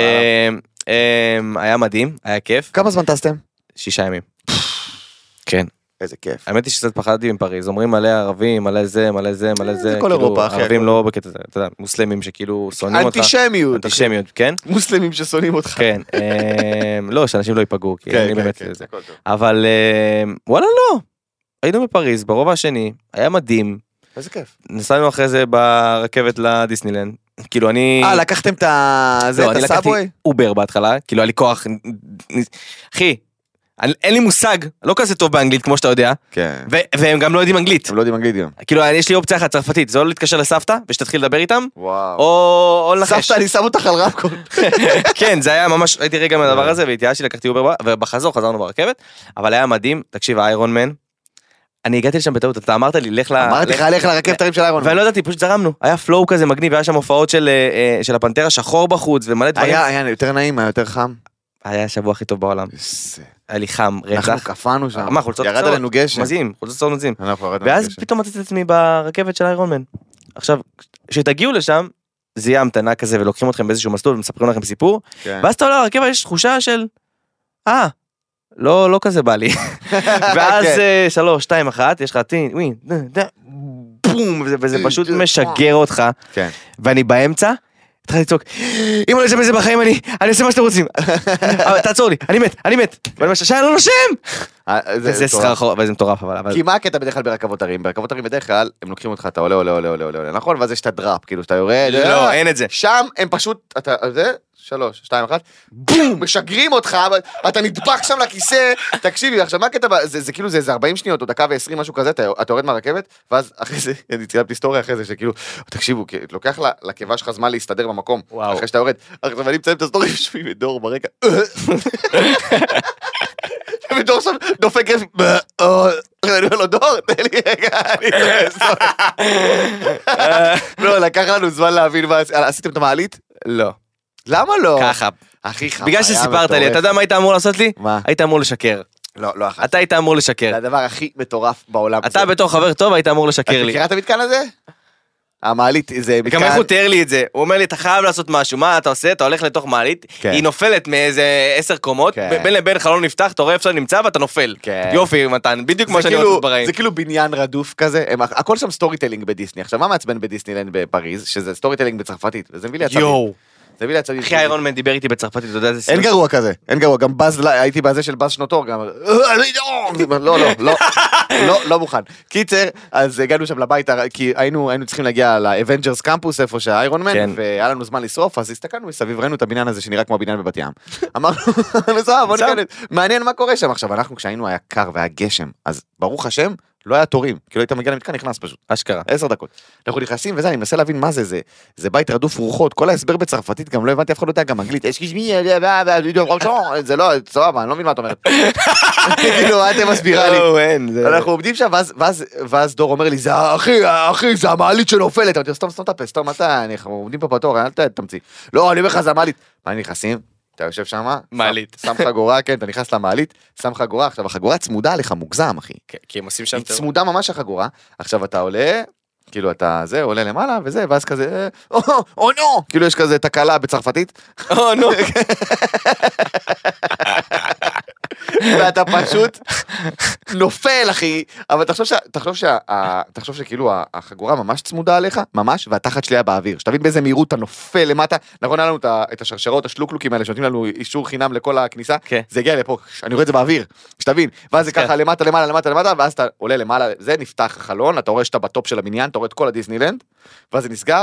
היה מדהים, היה כיף. כמה זמן טסתם? שישה ימים. כן. איזה כיף. האמת היא שקצת פחדתי עם פריז, אומרים מלא ערבים, מלא זה, מלא זה, מלא זה. זה כל אירופה, אחי. ערבים לא בקטע זה, אתה יודע, מוסלמים שכאילו שונאים אותך. אנטישמיות. אנטישמיות, כן? מוסלמים ששונאים אותך. כן. לא, שאנשים לא ייפגעו, כי אני באמת כן, זה. אבל וואלה לא. היינו בפריז, ברובע השני, היה מדהים. איזה כיף. נסענו אחרי זה ברכבת לדיסנילנד. כאילו אני... אה, לקחתם את הסאבווי? לא, אני לקחתי אובר בהתחלה, כאילו היה לי כוח... אחי, אין לי מושג, לא כזה טוב באנגלית כמו שאתה יודע. כן. והם גם לא יודעים אנגלית. הם לא יודעים אנגלית גם. כאילו יש לי אופציה אחת צרפתית, זה או להתקשר לסבתא ושתתחיל לדבר איתם. וואו. או לנחש. סבתא, אני שם אותך על רמקול. כן, זה היה ממש, הייתי רגע מהדבר הזה, והתייאשתי, לקחתי אובר, ובחזור חזרנו ברכבת, אבל היה מדהים, תקשיב, האיירון מן, אני הגעתי לשם בטעות, אתה אמרת לי, לך ל... אמרתי לך, לך לרכבת הרים של איירון מן. ואני לא ידעתי, פשוט זרמנו, היה פלואו כזה מגניב, היה שם הופעות של הפנתר השחור בחוץ, ומלא דברים. היה, היה יותר נעים, היה יותר חם. היה השבוע הכי טוב בעולם. היה לי חם, רצח. אנחנו קפאנו שם. מה, חולצות ירד עלינו גשם. מזים, חולצות צהוב מזים. ואז פתאום מצאתי את עצמי ברכבת של איירון מן. עכשיו, כשתגיעו לשם, זה יהיה המתנה כזה, ולוקחים אתכם באיזשהו מסלול, ומספרים לכם סיפור, ואז אתה עולה לרכבת, יש תחושה של, אה, לא, לא כזה בא לי. ואז שלוש, שתיים, אחת, יש לך טין, ווי, בום, וזה פשוט משגר אותך. ואני באמצע, התחלתי לצעוק, אם אני אשם בזה בחיים, אני אעשה מה שאתם רוצים. תעצור לי, אני מת, אני מת. ואני אומר, שאני לא נושם. וזה סחרחור, וזה מטורף, אבל... כי מה הקטע בדרך כלל ברכבות הרים? ברכבות הרים בדרך כלל, הם לוקחים אותך, אתה עולה, עולה, עולה, עולה, עולה, נכון? ואז יש את הדראפ, כאילו שאתה יורד. לא, אין את זה. שם הם פשוט, אתה, זה, שלוש, שתיים, אחת, בום, משגרים אותך, אתה נדבק שם לכיסא, תקשיבי, עכשיו מה הקטע, זה כאילו זה איזה ארבעים שניות, או דקה ועשרים, משהו כזה, אתה יורד מהרכבת, ואז אחרי זה, אני צילמתי היסטוריה אחרי זה, שכאילו, תקשיבו, לוקח לקיבה שלך זמן להסתדר במקום, אחרי שאתה יורד, עכשיו אני מצלם את הסטורי, יושבים בדור ברקע, ודור שם דופק רפי, אני אומר לו, דור, תן לי רגע, אני לא, לקח לנו זמן להבין, עשיתם את המעלית? לא. למה לא? ככה. הכי חם. בגלל שסיפרת לי, אתה יודע מה היית אמור לעשות לי? מה? היית אמור לשקר. לא, לא אחת. אתה היית אמור לשקר. זה הדבר הכי מטורף בעולם. אתה בתור חבר טוב היית אמור לשקר לי. אתה מכירה את המתקן הזה? המעלית זה מתקן... גם איך הוא תיאר לי את זה, הוא אומר לי אתה חייב לעשות משהו, מה אתה עושה? אתה הולך לתוך מעלית, היא נופלת מאיזה עשר קומות, בין לבין חלון נפתח, אתה רואה איפה שאני נמצא ואתה נופל. יופי מתן, בדיוק כמו שאני רוצה ברעים. זה כאילו בניין רדוף כזה, הכל שם סטורי טלינג בדיסני. עכשיו מה מעצבן בדיסנילנד בפריז, שזה סטורי טלינג בצרפתית, וזה מביא לי עצבים. זה הביא לי עצבים. אחי איירון מן דיבר איתי בצרפתית, אתה יודע איזה אין גרוע כזה, אין גרוע, גם בז, הייתי בזה של בז שנותור, גם, לא, לא, לא, לא, לא מוכן. קיצר, אז הגענו שם לבית, כי היינו צריכים להגיע לאבנג'רס קמפוס, איפה שהאיירון מן, והיה לנו זמן לשרוף, אז הסתכלנו מסביב, ראינו את הבניין הזה שנראה כמו הבניין בבת ים. אמרנו, בוא ניכנס, מעניין מה קורה שם. עכשיו, אנחנו כשהיינו היה קר והיה גשם, אז ברוך השם, לא היה תורים, כאילו היית מגיע למתקן, נכנס פשוט. אשכרה. עשר דקות. אנחנו נכנסים וזה, אני מנסה להבין מה זה, זה, זה בית רדוף רוחות, כל ההסבר בצרפתית, גם לא הבנתי, אף אחד לא יודע, גם אנגלית, זה לא, סבבה, אני לא מבין מה את אומרת. כאילו, מה אתם מסבירה לי? אנחנו עומדים שם, ואז דור אומר לי, זה אחי, אחי, זה המעלית שנופלת, אמרתי, סתום, סתום את הפה, סתום אתה, אנחנו עומדים פה בתור, אל תמציא. לא, אני אומר לך, זה המעלית. מה, נכנסים? אתה יושב שם, מעלית. שם חגורה, כן, אתה נכנס למעלית, שם חגורה, עכשיו החגורה צמודה עליך מוגזם, אחי. כי הם עושים שם... היא צמודה ממש החגורה, עכשיו אתה עולה, כאילו אתה זה, עולה למעלה וזה, ואז כזה, או נו, כאילו יש כזה תקלה בצרפתית. או נו. ואתה פשוט נופל, אחי, אבל תחשוב שכאילו החגורה ממש צמודה עליך, ממש, והתחת שלי היה באוויר, שתבין באיזה מהירות אתה נופל למטה, נכון, היה לנו את השרשרות, השלוקלוקים האלה, שנותנים לנו אישור חינם לכל הכניסה, זה הגיע לפה, אני רואה את זה באוויר, שתבין, ואז זה ככה למטה, למעלה, למטה, למטה, ואז אתה עולה למעלה, זה נפתח החלון, אתה רואה שאתה בטופ של הבניין, אתה רואה את כל הדיסנילנד, ואז זה נסגר,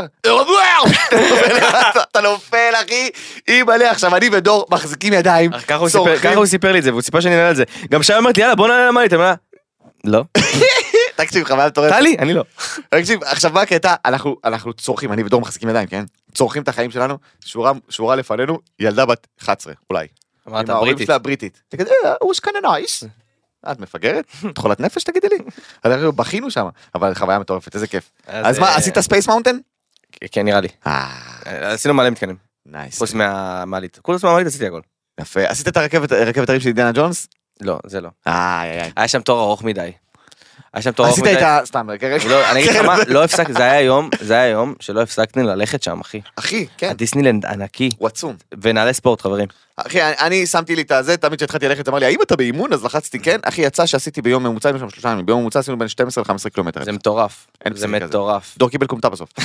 אתה נופל, אחי, אימא'לה, עכשיו אני ודור מחזיקים ידיים, ככה הוא סיפר לי את זה, והוא סיפר שאני נעלה על זה. גם שם אמרתי, יאללה, בוא נעלה למעלית, אמרה, לא. תקשיב, חבל תורף. טלי, אני לא. תקשיב, עכשיו מה הקטע, אנחנו צורכים, אני ודור מחזיקים ידיים, כן? צורכים את החיים שלנו, שורה לפנינו, ילדה בת אחת עשרה, אולי. אמרת, בריטית. בריטית. תגיד, הוא שקנה נאיס. את מפגרת? תחולת נפש, תגידי לי. אנחנו בכינו שם, אבל חוויה מטורפת, איזה כיף. אז מה, עשית ספייס מאונטן? כן, נראה לי. עשינו מלא מתקנים. נייס. חוץ מהמעלית. חוץ מהמעלית עשיתי הכל. יפה. עשית את הרכבת הרים של דיאנה ג'ונס? לא, זה לא. איי, איי. היה שם תור ארוך מדי. היה שם תור ארוך מדי. עשית את ה... סתם, אני אגיד לך מה, לא הפסקתי, זה היה יום, זה היה יום שלא הפסקנו ללכת שם, אחי. אחי, כן. הדיסנילנד ענקי. הוא עצום. ונעלי ספורט, חברים. אחי, אני שמתי לי את הזה, תמיד שהתחלתי ללכת, אמר לי, האם אתה באימון? אז לחצתי כן. אחי, יצא שעשיתי ביום ממוצע, היינו שם שלושה ימים, ביום ממוצע עשינו בין שתים עשרה ל-חמש עשרה קילומטר. זה מטורף. זה מטורף. דור קיבל קומטה בסוף.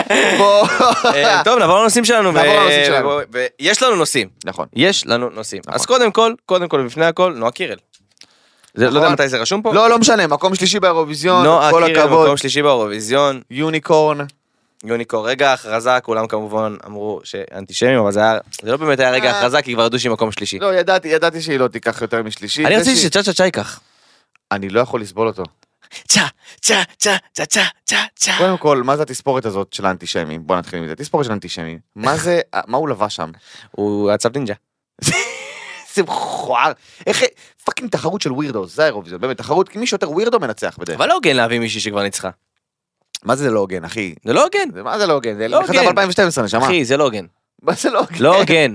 טוב, נעבור לנושאים שלנו. נעבור לנושאים שלנו. ויש לנו נושאים. נכון. יש לנו נושאים. אז קודם כל, קודם כל, לפני הכל, נועה קירל. לא יודע מתי זה רשום פה? לא, לא משנה, מקום שלישי באירוויזיון, כל הכבוד. נועה קירל, מקום שלישי באירוויזיון. יוניקורן. יוניקורן, רגע הכרזה, כולם כמובן אמרו שאנטישמים, אבל זה היה, זה לא באמת היה רגע הכרזה, כי כבר ידעו שהיא מקום שלישי. לא, ידעתי, ידעתי שהיא לא תיקח יותר משלישי. אני רציתי שצ'ה צ'ה צ'ה ייקח. אני לא יכול לסבול אותו. צ'ה, צ'ה, צ'ה, צ'ה, צ'ה, צ'ה, צ'ה. קודם כל, מה זה התספורת הזאת של האנטישמים? בוא נתחיל מזה. תספורת של האנטישמים. מה זה, מה הוא לבש שם? הוא עצב נינג'ה. זה מכוער. איך, פאקינג תחרות של ווירדו, זה האירוויזיון. באמת, תחרות, כי מי שיותר ווירדו מנצח בדרך. אבל לא הוגן להביא מישהי שכבר ניצחה. מה זה לא הוגן, אחי? זה לא הוגן. מה זה לא הוגן? זה נכנס ב-אלפיים ושתים עשרה, נשמה. אחי, זה לא הוגן. מה זה לא הוגן? לא הוגן.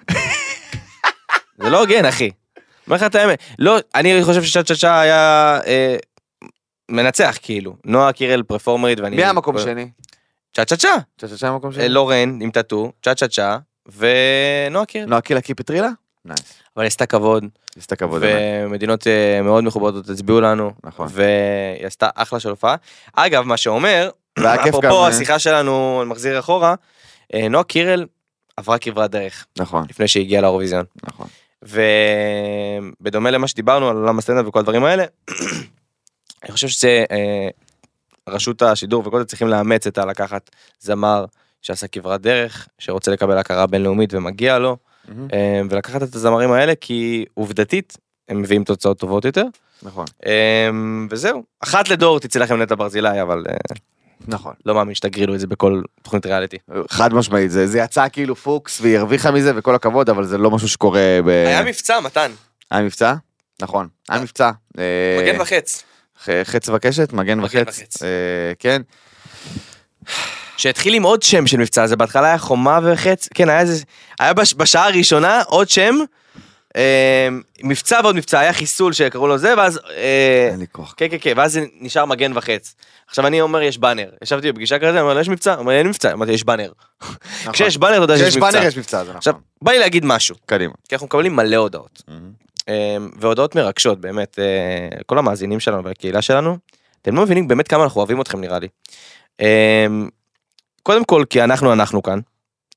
זה לא הוגן, אחי. מה לך את האמת? לא, אני חושב שצ'ה צ'ה צ'ה היה מנצח, כאילו. נועה קירל פרפורמרית, ואני... מי המקום שני? צ'ה צ'ה צ'ה. צ'ה צ'ה צ'ה המקום שני? לורן עם טאטו, צ'ה צ'ה צ'ה, ונועה קירל. נועה קירל קיפטרילה? נייס. אבל עשתה כבוד. עשתה כבוד. ומדינות מאוד מכובדות הצביעו לנו. נכון. והיא עשתה אחלה של הופעה. אגב, מה שאומר, אפרופו גם... השיחה שלנו, אני מחזיר אחורה, נועה קירל עברה כברת דרך. נכון. לפני שהגיעה לאירוויזיון. נכון. ובדומה למה שדיברנו על עולם הסטנדאפ וכל הדברים האלה, אני חושב שזה רשות השידור וכל זה צריכים לאמץ את הלקחת זמר שעשה כברת דרך, שרוצה לקבל הכרה בינלאומית ומגיע לו, ולקחת את הזמרים האלה, כי עובדתית הם מביאים תוצאות טובות יותר. נכון. וזהו. אחת לדור תצא לכם נטע ברזילי, אבל נכון. לא מאמין שתגרילו את זה בכל תוכנית ריאליטי. חד משמעית, זה יצא כאילו פוקס והיא הרוויחה מזה וכל הכבוד, אבל זה לא משהו שקורה ב... היה מבצע, מתן. היה מבצע? נכון. היה מבצע. מגן וחץ. חץ וקשת, מגן וחץ. כן. שהתחיל עם עוד שם של מבצע, זה בהתחלה היה חומה וחץ, כן, היה איזה, היה בשעה הראשונה עוד שם, מבצע ועוד מבצע, היה חיסול שקראו לו זה, ואז, אין לי כוח. כן, כן, כן, ואז זה נשאר מגן וחץ. עכשיו אני אומר, יש בנר, ישבתי בפגישה כזה, אני אומר, יש מבצע, אומר, אין מבצע, אמרתי, יש בנר. כשיש בנר, אתה יודע שיש מבצע. כשיש בנר, יש מבצע, זה נכון. עכשיו, בא לי להגיד משהו. קדימה. כי אנחנו מקבלים מלא הודעות. והודעות מרגשות, באמת, כל המאזינים שלנו והקהילה שלנו, אתם לא מבינים באמת כמה אנחנו אוהבים אתכם, נראה לי. קודם כל, כי אנחנו, אנחנו כאן,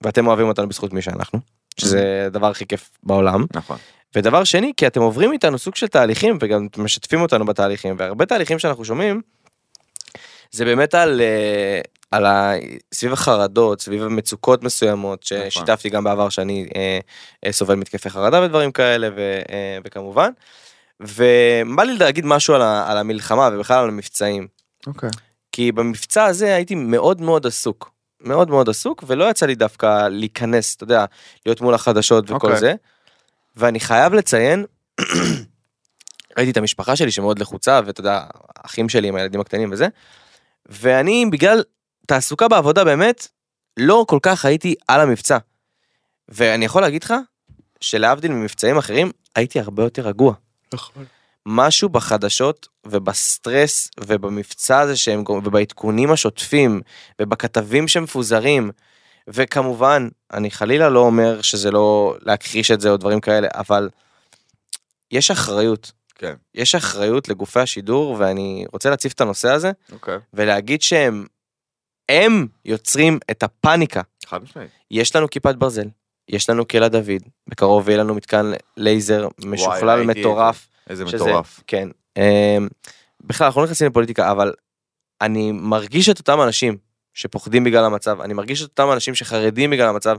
ואתם אוהבים אותנו בזכות מי שאנחנו, שזה הדבר הכי כיף בעולם. נכון. ודבר שני, כי אתם עוברים איתנו סוג של תהליכים, וגם משתפים אותנו בתהליכים, והרבה תהליכים שאנחנו שומעים, זה באמת על, על ה, סביב החרדות, סביב המצוקות מסוימות, ששיתפתי גם בעבר שאני אה, סובל מתקפי חרדה ודברים כאלה, ו, אה, וכמובן. ובא לי להגיד משהו על, ה, על המלחמה, ובכלל על המבצעים. אוקיי. כי במבצע הזה הייתי מאוד מאוד עסוק, מאוד מאוד עסוק, ולא יצא לי דווקא להיכנס, אתה יודע, להיות מול החדשות וכל okay. זה, ואני חייב לציין, ראיתי את המשפחה שלי שמאוד לחוצה, ואתה יודע, האחים שלי עם הילדים הקטנים וזה, ואני בגלל תעסוקה בעבודה באמת, לא כל כך הייתי על המבצע, ואני יכול להגיד לך, שלהבדיל ממבצעים אחרים, הייתי הרבה יותר רגוע. נכון. משהו בחדשות ובסטרס ובמבצע הזה שהם, ובעדכונים השוטפים ובכתבים שמפוזרים, וכמובן, אני חלילה לא אומר שזה לא להכחיש את זה או דברים כאלה, אבל יש אחריות. כן. יש אחריות לגופי השידור, ואני רוצה להציף את הנושא הזה, אוקיי. ולהגיד שהם הם יוצרים את הפאניקה. חד משמעית. יש לנו כיפת ברזל, יש לנו קהילת דוד, בקרוב יהיה לנו מתקן לייזר משוכלל וואי, מטורף. איזה שזה, מטורף. כן. בכלל, אנחנו לא נכנסים לפוליטיקה, אבל אני מרגיש את אותם אנשים שפוחדים בגלל המצב, אני מרגיש את אותם אנשים שחרדים בגלל המצב,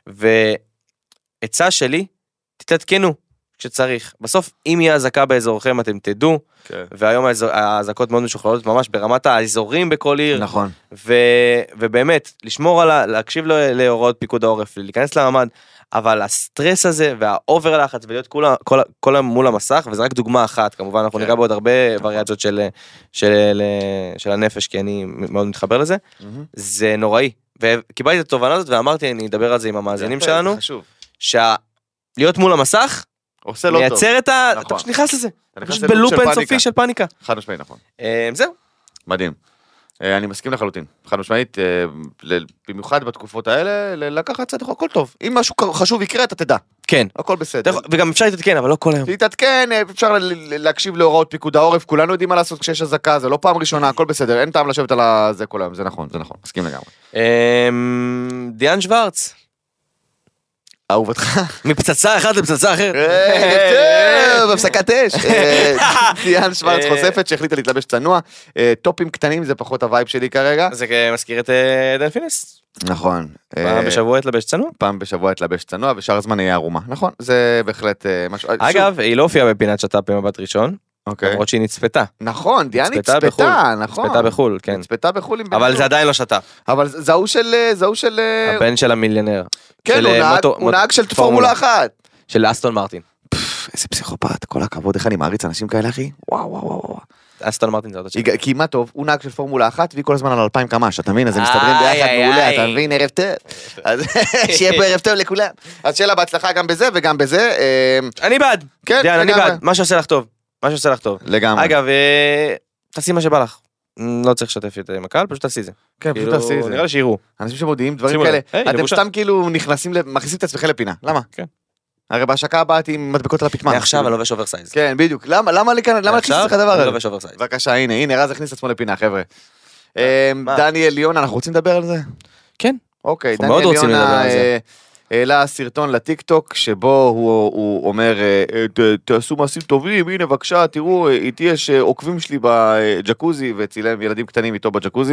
ועצה שלי, תתעדכנו כשצריך. בסוף, אם יהיה הזקה באזורכם, אתם תדעו, כן. והיום ההזקות מאוד משוכללות, ממש ברמת האזורים בכל עיר. נכון. ו, ובאמת, לשמור על ה... להקשיב להוראות פיקוד העורף, להיכנס לממד, אבל הסטרס הזה והאובר לחץ ולהיות כולה, כל, כל מול המסך, וזה רק דוגמה אחת, כמובן אנחנו כן. נראה בעוד הרבה וריאציות של, של, של הנפש, כי אני מאוד מתחבר לזה, mm-hmm. זה נוראי, וקיבלתי את התובנה הזאת ואמרתי, אני אדבר על זה עם המאזינים שלנו, שלהיות מול המסך, עושה לא טוב. מייצר את ה... אתה פשוט נכנס לזה, אתה פשוט בלופ אינסופי של פאניקה. חד משמעית, נכון. זהו. מדהים. אני מסכים לחלוטין, חד משמעית, במיוחד בתקופות האלה, לקחת צד, הכל טוב. אם משהו חשוב יקרה, אתה תדע. כן. הכל בסדר. וגם אפשר להתעדכן, אבל לא כל היום. להתעדכן, אפשר להקשיב להוראות פיקוד העורף, כולנו יודעים מה לעשות כשיש הזקה, זה לא פעם ראשונה, הכל בסדר, אין טעם לשבת על זה כל היום, זה נכון, זה נכון, מסכים לגמרי. דיאן שוורץ. אהובתך. מפצצה אחת לפצצה אחרת. בפסקת אש. דיאן שוורץ חושפת שהחליטה להתלבש צנוע. טופים קטנים זה פחות הווייב שלי כרגע. זה מזכיר את דן פינס. נכון. פעם בשבוע התלבש צנוע? פעם בשבוע התלבש צנוע, ושאר הזמן יהיה ערומה. נכון, זה בהחלט משהו. אגב, היא לא הופיעה בפינת שטאפ במבט ראשון. למרות שהיא נצפתה. נכון, דיאן נצפתה, נכון. נצפתה בחול, כן. נצפתה בחול. אבל זה עדיין לא שטאפ. אבל זהו של... זהו של... הבן של המיליונר. כן, הוא נהג של פורמולה אחת. של אסטון מרטין. איזה פסיכופת, כל הכבוד, איך אני מעריץ אנשים כאלה, אחי? וואו, וואו, וואו. אסטון מרטין זה עוד השם. כי מה טוב, הוא נהג של פורמולה אחת, והיא כל הזמן על אלפיים קמ"ש, אתה מבין? אז הם מסתדרים ביחד מעולה, אתה מבין? ערב טוב. אז שיהיה פה ערב טוב לכולם. אז שאלה בהצלחה גם בזה וגם בזה. אני בעד. כן, אני בעד. מה שעושה לך טוב. מה שעושה לך טוב. לגמרי. אגב, תעשי מה שבא לך. לא צריך לשתף את עם הקהל, פשוט תעשי זה. כן, פשוט תעשי זה. נראה לי שיראו. אנשים שמודיעים דברים כאלה, אתם סתם כאילו נכנסים, מכניסים את עצמכם לפינה. למה? כן. הרי בהשקה הבאה עם מדבקות על הפתמן. עכשיו אני לובש אוברסייז. כן, בדיוק. למה? למה להכניס את הדבר הזה? אני לובש אוברסייז. בבקשה, הנה, הנה, רז הכניס את עצמו לפינה, חבר'ה. דניאל ליונה, אנחנו רוצים לדבר על זה? כן. אוקיי, דניאל ליונה העלה סרטון לטיק טוק, שבו הוא אומר, תעשו מעשים טובים, הנה בבקשה, תראו, איתי יש עוקבים שלי בג'קוזי, וצילם ילדים קטנים איתו בג'קוזי.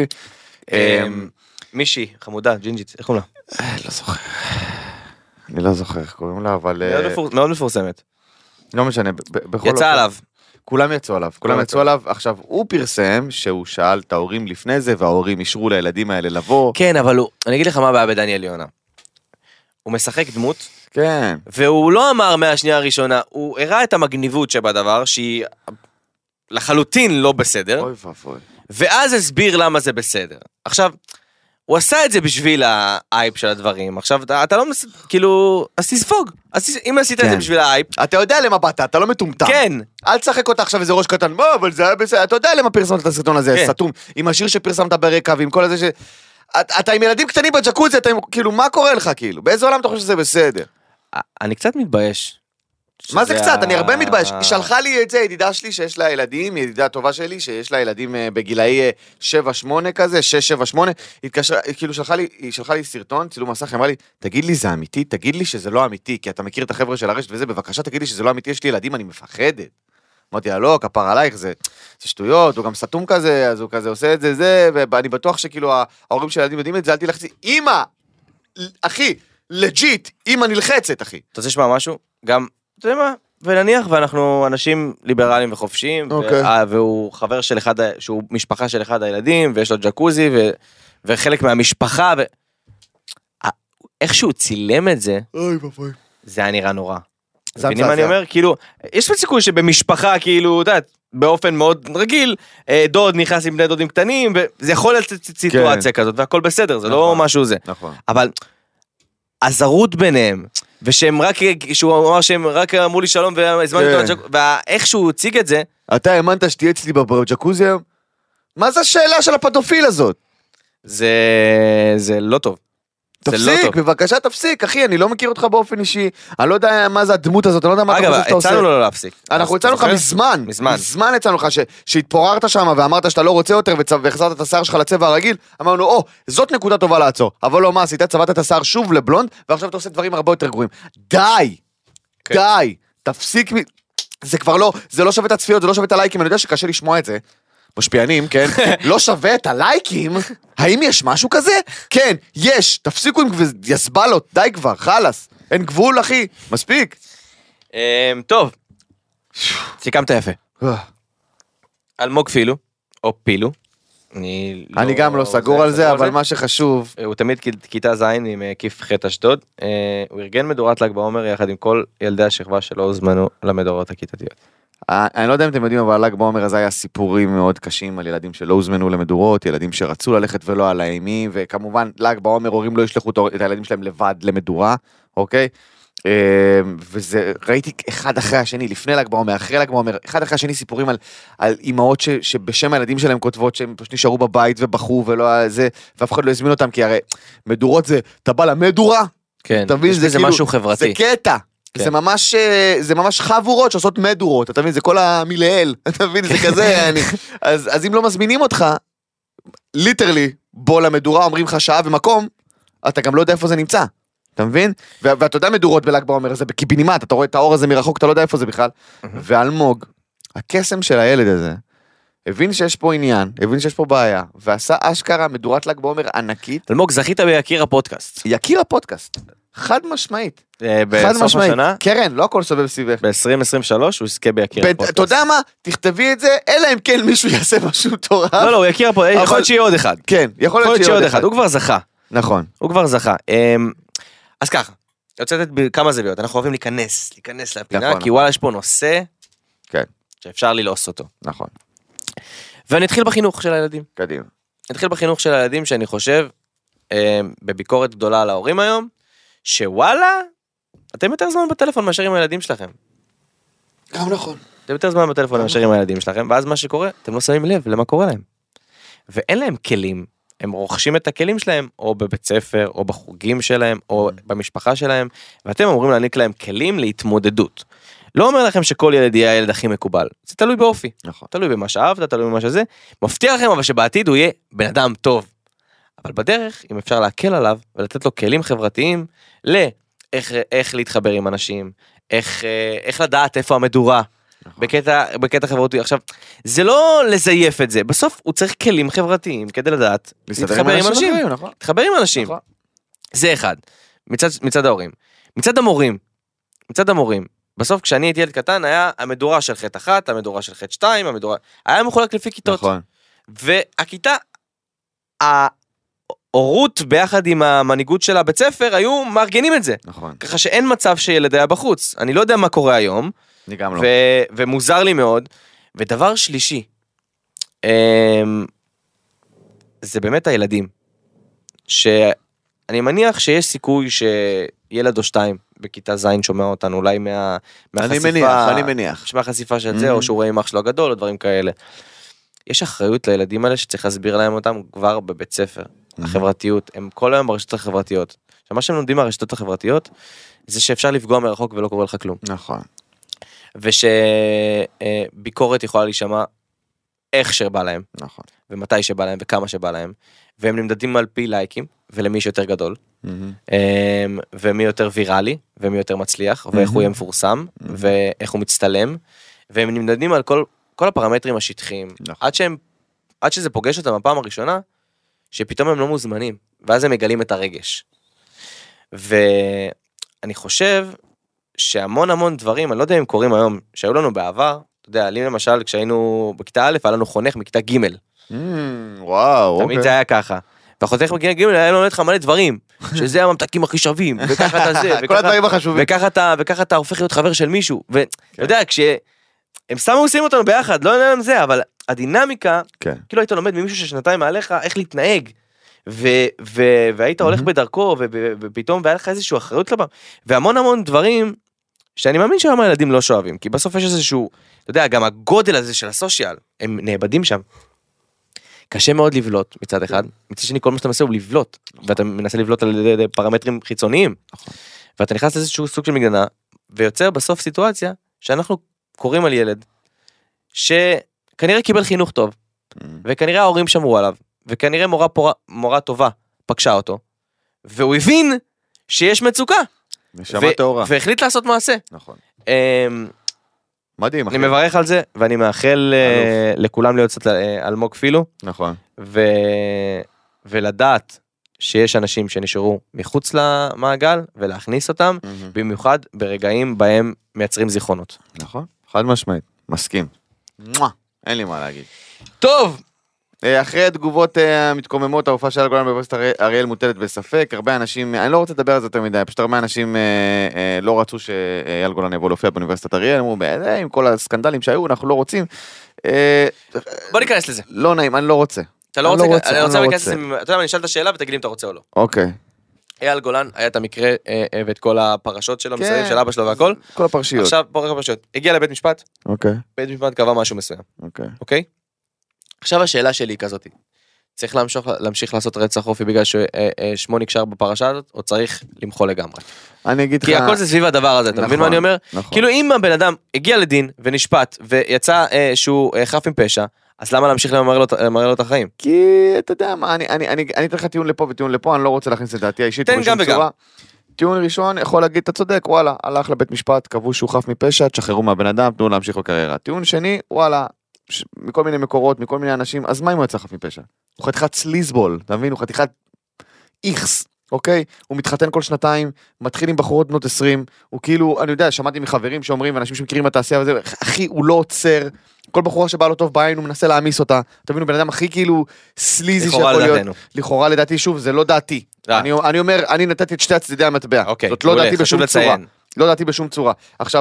מישהי, חמודה, ג'ינג'ית, איך קוראים לה? לא זוכר. אני לא זוכר איך קוראים לה, אבל... מאוד מפורסמת. לא משנה, בכל... יצא עליו. כולם יצאו עליו, כולם יצאו עליו. עכשיו, הוא פרסם שהוא שאל את ההורים לפני זה, וההורים אישרו לילדים האלה לבוא. כן, אבל הוא... אני אגיד לך מה הבעיה בדניאל יונה. הוא משחק דמות. כן. והוא לא אמר מהשנייה הראשונה, הוא הראה את המגניבות שבדבר, שהיא לחלוטין לא בסדר. אוי ואבוי. ואז הסביר למה זה בסדר. עכשיו... הוא עשה את זה בשביל האייפ של הדברים, עכשיו אתה, אתה לא, כאילו, אז תספוג, אז אם עשית כן. את זה בשביל האייפ. אתה יודע למה באת, אתה לא מטומטם. כן. אל תשחק אותה עכשיו איזה ראש קטן, מה, אבל זה היה בסדר, אתה יודע למה פרסמת את הסרטון הזה, כן. סתום, עם השיר שפרסמת ברקע, ועם כל הזה ש... אתה, אתה עם ילדים קטנים בג'קוזי, אתה עם, כאילו, מה קורה לך, כאילו? באיזה עולם אתה חושב שזה בסדר? אני קצת מתבייש, מה זה קצת? אני הרבה מתבייש. היא שלחה לי את זה, ידידה שלי שיש לה ילדים, ידידה טובה שלי, שיש לה ילדים בגילאי שבע שמונה כזה, שש שבע שמונה, כאילו שלחה לי, היא שלחה לי סרטון, צילום מסך, אמרה לי, תגיד לי זה אמיתי, תגיד לי שזה לא אמיתי, כי אתה מכיר את החבר'ה של הרשת וזה, בבקשה תגיד לי שזה לא אמיתי, יש לי ילדים, אני מפחדת. אמרתי, לא, כפר עלייך, זה, זה שטויות, הוא גם סתום כזה, אז הוא כזה עושה את זה, זה, ואני בטוח שכאילו ההורים של הילדים יודעים את זה, אל תלחצי, אמא, אחי, לג'יט, אמא נלחצת, אחי. אתה רוצה לשמוע משהו? גם, אתה יודע מה? ונניח, ואנחנו אנשים ליברליים וחופשיים, okay. והוא חבר של אחד, שהוא משפחה של אחד הילדים, ויש לו ג'קוזי, ו, וחלק מהמשפחה, ו... איך שהוא צילם את זה, אוי בבוי. זה היה נראה נורא. מבינים מה אני אומר? כאילו, יש סיכוי שבמשפחה, כאילו, אתה יודע, באופן מאוד רגיל, דוד נכנס עם בני דודים קטנים, וזה יכול להיות סיטואציה כזאת, והכל בסדר, זה לא משהו זה. אבל הזרות ביניהם, ושהם רק, שהוא אמר שהם רק אמרו לי שלום, ואיך שהוא הציג את זה, אתה האמנת שתהיה אצלי בג'קוזי היום? מה זה השאלה של הפדופיל הזאת? זה לא טוב. תפסיק, בבקשה תפסיק, אחי, אני לא מכיר אותך באופן אישי, אני לא יודע מה זה הדמות הזאת, אני לא יודע מה אתה חושב שאתה עושה. אגב, הצענו לו לא להפסיק. אנחנו הצענו לך מזמן, מזמן הצענו לך שהתפוררת שם ואמרת שאתה לא רוצה יותר והחזרת את השיער שלך לצבע הרגיל, אמרנו, או, זאת נקודה טובה לעצור, אבל לא, מה עשית? צבעת את השיער שוב לבלונד, ועכשיו אתה עושה דברים הרבה יותר גרועים. די, די, תפסיק, זה כבר לא, זה לא שווה את הצפיות, זה לא שווה את הלייקים, אני יודע שקשה לשמוע את זה. משפיענים, כן? לא שווה את הלייקים? האם יש משהו כזה? כן, יש. תפסיקו עם יסבלות, די כבר, חלס. אין גבול, אחי. מספיק. טוב. סיכמת יפה. אלמוג פילו, או פילו. אני גם לא סגור על זה, אבל מה שחשוב... הוא תמיד כיתה זין עם כיף חטא אשדוד. הוא ארגן מדורת ל"ג בעומר יחד עם כל ילדי השכבה שלא הוזמנו למדורות הכיתתיות. אני לא יודע אם אתם יודעים, אבל ל"ג בעומר הזה היה סיפורים מאוד קשים על ילדים שלא הוזמנו למדורות, ילדים שרצו ללכת ולא על הימי, וכמובן ל"ג בעומר הורים לא ישלחו את הילדים שלהם לבד למדורה, אוקיי? וזה, ראיתי אחד אחרי השני, לפני ל"ג בעומר, אחרי ל"ג בעומר, אחד אחרי השני סיפורים על, על אימהות ש, שבשם הילדים שלהם כותבות שהם פשוט נשארו בבית ובחו ולא זה, ואף אחד לא הזמין אותם, כי הרי מדורות זה, אתה בא למדורה? כן, תבין, זה, זה כאילו, משהו חברתי. זה קטע. כן. זה ממש, זה ממש חבורות שעושות מדורות, אתה מבין, זה כל המילאל, אתה מבין, זה כזה, אני, אז, אז אם לא מזמינים אותך, ליטרלי, בוא למדורה, אומרים לך שעה ומקום, אתה גם לא יודע איפה זה נמצא, אתה מבין? ו- ואתה יודע מדורות בל"ג בעומר, זה בקיבינימט, אתה רואה את האור הזה מרחוק, אתה לא יודע איפה זה בכלל, ואלמוג, הקסם של הילד הזה, הבין שיש פה עניין, הבין שיש פה בעיה, ועשה אשכרה מדורת ל"ג בעומר ענקית. אלמוג, זכית ביקיר הפודקאסט. יקיר הפודקאסט. חד משמעית. בסוף השנה? קרן, לא הכל סובב סביבך. ב-עשרים עשרים ושלוש הוא יזכה ביקיר הפודקאסט. אתה יודע מה? תכתבי את זה, אלא אם כן מישהו יעשה משהו טורף. לא, לא, הוא יקיר הפודקאסט, יכול להיות שיהיה עוד אחד. כן, יכול להיות שיהיה עוד אחד. הוא כבר זכה. נכון. הוא כבר זכה. אז ככה, יוצאת כמה זוויות, אנחנו אוהבים להיכנס, להיכנס לפינה, כי וואלה יש פה נושא שאפשר ללעוס אותו. נכון. ואני אתחיל בחינוך של הילדים. קדימה. אתחיל בחינוך של הילדים שאני חושב, בביקורת גדולה על ההורים היום, שוואלה, אתם יותר זמן בטלפון מאשר עם הילדים שלכם. גם נכון. אתם יותר זמן בטלפון מאשר עם הילדים שלכם, ואז מה שקורה, אתם לא שמים לב למה קורה להם. ואין להם כלים, הם רוכשים את הכלים שלהם, או בבית ספר, או בחוגים שלהם, או במשפחה שלהם, ואתם אמורים להעניק להם כלים להתמודדות. לא אומר לכם שכל ילד יהיה הילד הכי מקובל, זה תלוי באופי. נכון. תלוי במה שאהבת, תלוי במה שזה. מבטיח לכם אבל שבעתיד הוא יהיה בן אדם טוב. אבל בדרך, אם אפשר להקל עליו, ולתת לו כלים חברתיים, לאיך איך להתחבר עם אנשים, איך, איך לדעת איפה המדורה, נכון. בקטע, בקטע חברתי. עכשיו, זה לא לזייף את זה, בסוף הוא צריך כלים חברתיים, כדי לדעת, להתחבר עם אנשים, עם נכון. להתחבר עם אנשים. נכון. זה אחד, מצד, מצד ההורים. מצד המורים, מצד המורים, בסוף כשאני הייתי ילד קטן, היה המדורה של חטא אחת, המדורה של חטא שתיים, המדורה, היה מחולק לפי כיתות. נכון. והכיתה, ההורות ביחד עם המנהיגות של הבית ספר, היו מארגנים את זה. נכון. ככה שאין מצב שילד היה בחוץ. אני לא יודע מה קורה היום. אני גם לא. ו- ומוזר לי מאוד. ודבר שלישי, זה באמת הילדים. שאני מניח שיש סיכוי שילד או שתיים בכיתה זין שומע אותנו, אולי מה, מהחשיפה. אני מניח, אני מניח. שמע חשיפה של זה, או שהוא רואה עם אח שלו הגדול, או דברים כאלה. יש אחריות לילדים האלה שצריך להסביר להם אותם כבר בבית ספר. החברתיות, הם כל היום ברשתות החברתיות. עכשיו, מה שהם לומדים מהרשתות החברתיות, זה שאפשר לפגוע מרחוק ולא קורה לך כלום. נכון. ושביקורת יכולה להישמע איך שבא להם, נכון. ומתי שבא להם, וכמה שבא להם, והם נמדדים על פי לייקים, ולמי שיותר גדול, ומי יותר ויראלי, ומי יותר מצליח, ואיך הוא יהיה מפורסם, ואיך הוא מצטלם, והם נמדדים על כל, כל הפרמטרים השטחיים, עד שהם, עד שזה פוגש אותם בפעם הראשונה, שפתאום הם לא מוזמנים, ואז הם מגלים את הרגש. ואני חושב שהמון המון דברים, אני לא יודע אם קוראים היום, שהיו לנו בעבר, אתה יודע, לי למשל, כשהיינו בכיתה א', היה לנו חונך מכיתה ג'. וואו, אוקיי. תמיד זה היה ככה. והחונך מכיתה ג' היה לומד לך מלא דברים, שזה הממתקים הכי שווים, וככה אתה זה, כל הדברים החשובים. וככה אתה הופך להיות חבר של מישהו, ואתה יודע, כשהם סתם עושים אותנו ביחד, לא יודע להם זה, אבל הדינמיקה, כאילו היית לומד ממישהו ששנתיים מעליך, איך להתנהג, והיית הולך בדרכו, ופתאום והיה לך איזושהי אחריות לבא, והמון המון דברים, שאני מאמין שהיום הילדים לא שואבים, כי בסוף יש איזשהו, אתה יודע, גם הגודל הזה של הסושיאל, הם נאבדים שם. קשה מאוד לבלוט מצד אחד, מצד שני כל מה שאתה מנסה הוא לבלוט, ואתה מנסה לבלוט על ידי פרמטרים חיצוניים, ואתה נכנס לאיזשהו סוג של מגננה, ויוצר בסוף סיטואציה, שאנחנו קוראים על ילד, שכנראה קיבל חינוך טוב, וכנראה ההורים שמרו עליו, וכנראה מורה, פורה, מורה טובה פגשה אותו, והוא הבין שיש מצוקה, נשמה טהורה. והחליט לעשות מעשה. נכון. מדהים. אני מברך על זה, ואני מאחל לכולם להיות קצת אלמוג פילו. נכון. ולדעת שיש אנשים שנשארו מחוץ למעגל, ולהכניס אותם, במיוחד ברגעים בהם מייצרים זיכרונות. נכון. חד משמעית. מסכים. אין לי מה להגיד. טוב. אחרי התגובות המתקוממות, ההופעה של אייל גולן באוניברסיטת אריאל מוטלת בספק, הרבה אנשים, אני לא רוצה לדבר על זה יותר מדי, פשוט הרבה אנשים לא רצו שאייל גולן יבוא להופיע באוניברסיטת אריאל, אמרו, עם כל הסקנדלים שהיו, אנחנו לא רוצים. בוא ניכנס לזה. לא נעים, אני לא רוצה. אתה לא רוצה, אני רוצה להיכנס לזה, אתה יודע, אני אשאל את השאלה ותגיד אם אתה רוצה או לא. אוקיי. אייל גולן היה את המקרה ואת כל הפרשות שלו, מסביב של אבא שלו והכל. כל הפרשיות. עכשיו, פה הפרשיות. הגיע לבית משפט. אוקיי. בית משפט קבע משהו מסוים. אוקיי. אוקיי? עכשיו השאלה שלי היא כזאת, צריך להמשיך, להמשיך לעשות רצח אופי בגלל ששמו נקשר בפרשה הזאת, או צריך למחול לגמרי? אני אגיד לך... כי הכל זה סביב הדבר הזה, אתה מבין מה אני אומר? נכון. כאילו אם הבן אדם הגיע לדין ונשפט, ויצא שהוא חף עם פשע, אז למה להמשיך למרר לו את החיים? כי אתה יודע מה, אני, אני, אני, אני אתן לך טיעון לפה וטיעון לפה, אני לא רוצה להכניס את דעתי האישית. תן גם וגם. טיעון ראשון יכול להגיד, אתה צודק, וואלה, הלך לבית משפט, קבעו שהוא חף מפשע, תשחררו מהבן אדם, תנו להמשיך בקריירה. טיעון שני, וואלה, מכל מיני מקורות, מכל מיני אנשים, אז מה אם הוא יצא חף מפשע? הוא חתיכת סליזבול, אתה מבין? הוא חתיכת איכס, אוקיי? הוא מתחתן כל שנתיים, מתחיל עם בחורות בנות עשרים, הוא כאילו, אני יודע, שמעתי מחברים שאומרים, ואנשים שמכירים את התעשייה וזה, אחי, הוא לא עוצר, כל בחורה שבא לו טוב בעין, הוא מנסה להעמיס אותה, אתה מבין, הוא בן אדם הכי כאילו סליזי שיכול להיות, לכאורה לדעתי, שוב, זה לא דעתי, אני, אני אומר, אני נתתי את שתי הצדדי המטבע, אוקיי, זאת לא דעתי בשום צורה, לא דעתי בשום צורה, עכשיו,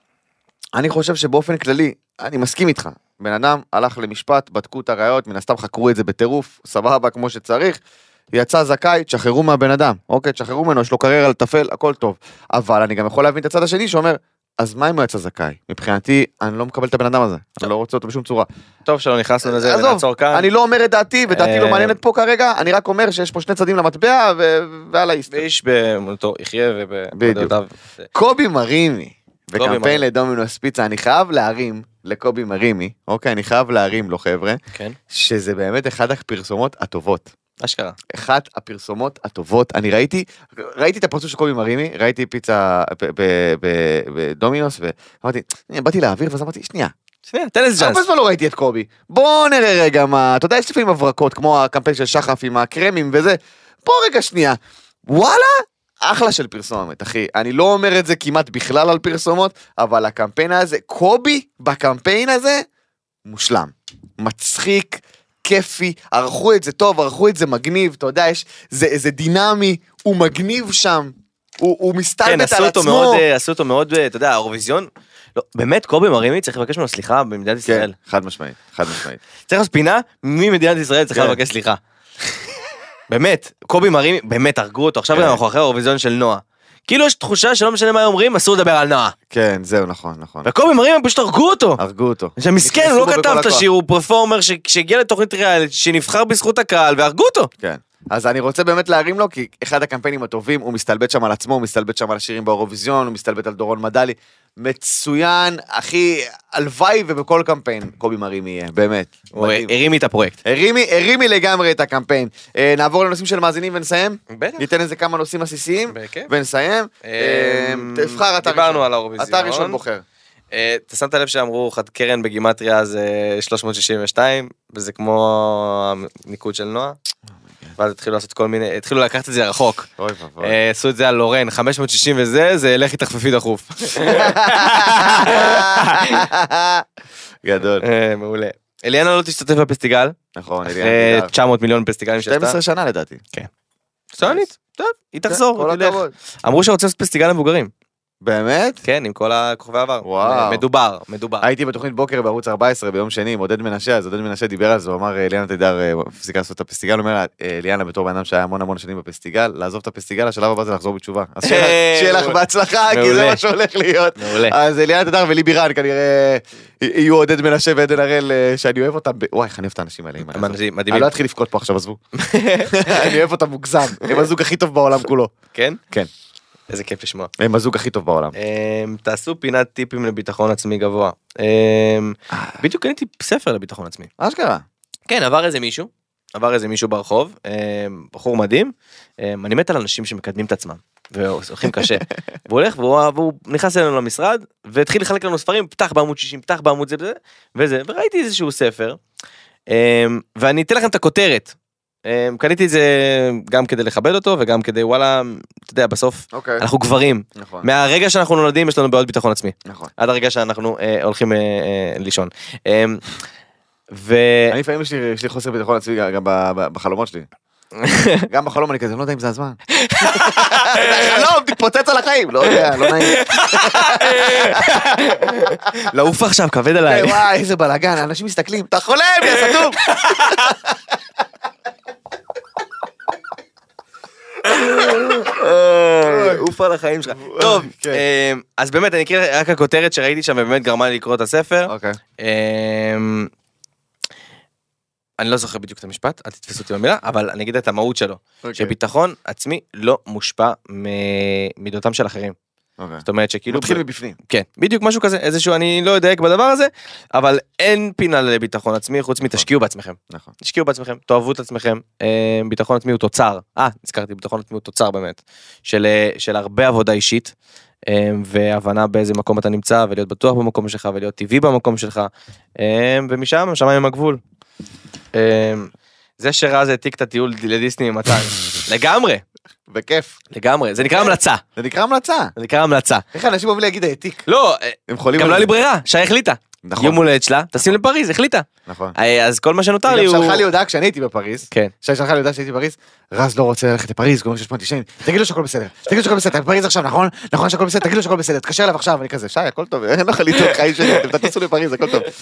אני חושב שבאופן כללי, אני מסכים איתך, בן אדם הלך למשפט, בדקו את הראיות, מן הסתם חקרו את זה בטירוף, סבבה כמו שצריך, יצא זכאי, תשחררו מהבן אדם, אוקיי, תשחררו ממנו, יש לו קריירה לטפל, הכל טוב, אבל אני גם יכול להבין את הצד השני שאומר, אז מה אם הוא יצא זכאי? מבחינתי, אני לא מקבל את הבן אדם הזה, אני לא רוצה אותו בשום צורה. טוב שלא נכנסנו לזה ונעצור כאן. אני לא אומר את דעתי, ודעתי לא מעניינת פה כרגע, אני רק אומר שיש פה שני צדים למטבע, ועל האיסטר. ואיש במולדתו יחיה ובדעותיו. קובי מרימי, בקמפיין לדומינוס פיצה, אני חייב להרים לקובי מרימי, אוקיי, אני חייב להרים לו חבר'ה, שזה באמת אחד הפרסומות הטובות. אשכרה. אחת הפרסומות הטובות, אני ראיתי, ראיתי את הפרצוף של קובי מרימי, ראיתי פיצה בדומינוס, ואמרתי, באתי להעביר, ואז אמרתי, שנייה. שנייה, תן איזה ג'אנס. הרבה זמן לא ראיתי את קובי. בוא נראה רגע מה, אתה יודע, יש לפעמים הברקות, כמו הקמפיין של שחף עם הקרמים וזה, בוא רגע שנייה. וואלה, אחלה של פרסומת, אחי. אני לא אומר את זה כמעט בכלל על פרסומות, אבל הקמפיין הזה, קובי בקמפיין הזה, מושלם. מצחיק, כיפי, ערכו את זה טוב, ערכו את זה מגניב, אתה יודע, יש, זה, זה דינמי, הוא מגניב שם, הוא, הוא מסתלבט על עצמו. מאוד, עשו אותו מאוד, אתה יודע, האירוויזיון, לא, באמת, קובי מרימי צריך לבקש ממנו סליחה במדינת ישראל. כן, חד משמעית, חד משמעית. צריך לעשות פינה, ממדינת ישראל צריך לבקש סליחה. באמת, קובי מרימי, באמת, הרגו אותו, עכשיו אנחנו אחרי האירוויזיון של נועה. כאילו יש תחושה שלא משנה מה אומרים, אסור לדבר על נועה. כן, זהו, נכון, נכון. וקובי מרימי פשוט הרגו אותו. הרגו אותו. שמסכן, הוא לא כתב את השיר, הוא פרפורמר שהגיע לתוכנית ריאלית, שנבחר בזכות הקהל, והרגו אותו. כן. אז אני רוצה באמת להרים לו, כי אחד הקמפיינים הטובים, הוא מסתלבט שם על עצמו, הוא מסתלבט שם על השירים באירוויזיון, הוא מסתלבט על דורון מדלי, מצוין, אחי, הלוואי ובכל קמפיין קובי מרימי יהיה, באמת. הוא הרימי את הפרויקט. הרימי, הרימי לגמרי את הקמפיין. נעבור לנושאים של מאזינים ונסיים? בטח. ניתן איזה כמה נושאים עסיסיים, ונסיים. תבחר אתה ראשון. דיברנו על האירוויזיון. אתה ראשון בוחר. אתה שמת לב שאמרו חד קרן בגימטריה זה שלוש מאות שישים ושתיים, וזה כמו הניקוד של נועה. ואז התחילו לעשות כל מיני, התחילו לקחת את זה רחוק. אוי ואבוי. עשו את זה על לורן, חמש מאות שישים וזה, זה לכי תחפפי דחוף. גדול. מעולה. אליאנה לא תשתתף בפסטיגל. נכון, אליאנה. אחרי תשע מאות מיליון פסטיגלים שעשתה. שתים עשרה שנה לדעתי. כן. סונית, טוב, היא תחזור. כל הכבוד. אמרו שרוצים לעשות פסטיגל למבוגרים. באמת? כן, עם כל הכוכבי עבר. וואו. מדובר, מדובר. הייתי בתוכנית בוקר בערוץ ארבע עשרה ביום שני עם עודד מנשה, אז עודד מנשה דיבר על זה, הוא אמר, ליאנה תידר, הפסיקה לעשות את הפסטיגל, הוא אומר, ליאנה בתור בן אדם שהיה המון המון שנים בפסטיגל, לעזוב את הפסטיגל, השלב הבא זה לחזור בתשובה. אז שיהיה לך בהצלחה, כי זה מה שהולך להיות. אז ליאנה תידר ולי בירן, כנראה יהיו עודד מנשה ועדן הראל, שאני אוהב אותם, וואי, איך אני אוהב את האנשים האלה. אני לא אתחיל לפקוד פה עכשיו, עזבו. אני אוהב אותם מוגזם, הם הזוג הכי טוב בעולם כולו. כן? כן. איזה כיף לשמוע. הם הזוג הכי טוב בעולם. תעשו פינת טיפים לביטחון עצמי גבוה. בדיוק קניתי ספר לביטחון עצמי. אשכרה. כן, עבר איזה מישהו, עבר איזה מישהו ברחוב, בחור מדהים, אני מת על אנשים שמקדמים את עצמם, והולכים קשה. והוא הולך, והוא נכנס אלינו למשרד, והתחיל לחלק לנו ספרים, פתח בעמוד שישים, פתח בעמוד זה וזה, וזה, וראיתי איזשהו ספר, ואני אתן לכם את הכותרת, קניתי את זה גם כדי לכבד אותו וגם כדי וואלה, אתה יודע, בסוף אנחנו גברים, מהרגע שאנחנו נולדים יש לנו בעיות ביטחון עצמי, עד הרגע שאנחנו הולכים לישון. אני לפעמים יש לי חוסר ביטחון עצמי גם בחלומות שלי. גם בחלום אני כזה, לא יודע אם זה הזמן. חלום, תתפוצץ על החיים, לא יודע, לא נעים. לעוף עכשיו, כבד עליי. וואי, איזה בלגן, אנשים מסתכלים, אתה חולם, יא סתום. עוף על החיים שלך. טוב, אז באמת אני אקריא רק הכותרת שראיתי שם ובאמת גרמה לי לקרוא את הספר. אני לא זוכר בדיוק את המשפט, אל תתפסו אותי במילה, אבל אני אגיד את המהות שלו, שביטחון עצמי לא מושפע ממידותם של אחרים. זאת אומרת שכאילו... מתחיל מבפנים. כן, בדיוק משהו כזה, איזשהו אני לא אדייק בדבר הזה, אבל אין פינה לביטחון עצמי, חוץ מתשקיעו בעצמם. נכון. תשקיעו בעצמכם, תאהבו את עצמכם, ביטחון עצמי הוא תוצר, אה, נזכרתי, ביטחון עצמי הוא תוצר באמת, של הרבה עבודה אישית, והבנה באיזה מקום אתה נמצא, ולהיות בטוח במקום שלך, ולהיות טבעי במקום שלך, ומשם, שם עם הגבול. זה שרז העתיק את הטיול לדיסני ממתן, לגמרי. בכיף. לגמרי, זה נקרא המלצה. זה נקרא המלצה. זה נקרא המלצה. איך אנשים אוהבים להגיד העתיק? לא, גם לא היה לי ברירה, שי החליטה. יום הולדת שלה, תשים לפריז, החליטה. נכון. אז כל מה שנותר לי הוא... היא גם שלחה לי הודעה כשאני הייתי בפריז. כן. שי שלחה לי הודעה כשהייתי בפריז, רז לא רוצה ללכת לפריז, כמו שיש פנטישן, תגיד לו שהכל בסדר, תגיד לו שהכל בסדר, בפריז עכשיו, נכון? נכון שהכל בסדר, תגיד לו שהכל בסדר, תקשר אליו עכשיו, אני כזה, שי, הכל טוב, אין לך לי טוב, חיים שלי, אתם תטיסו לפריז, הכל טוב.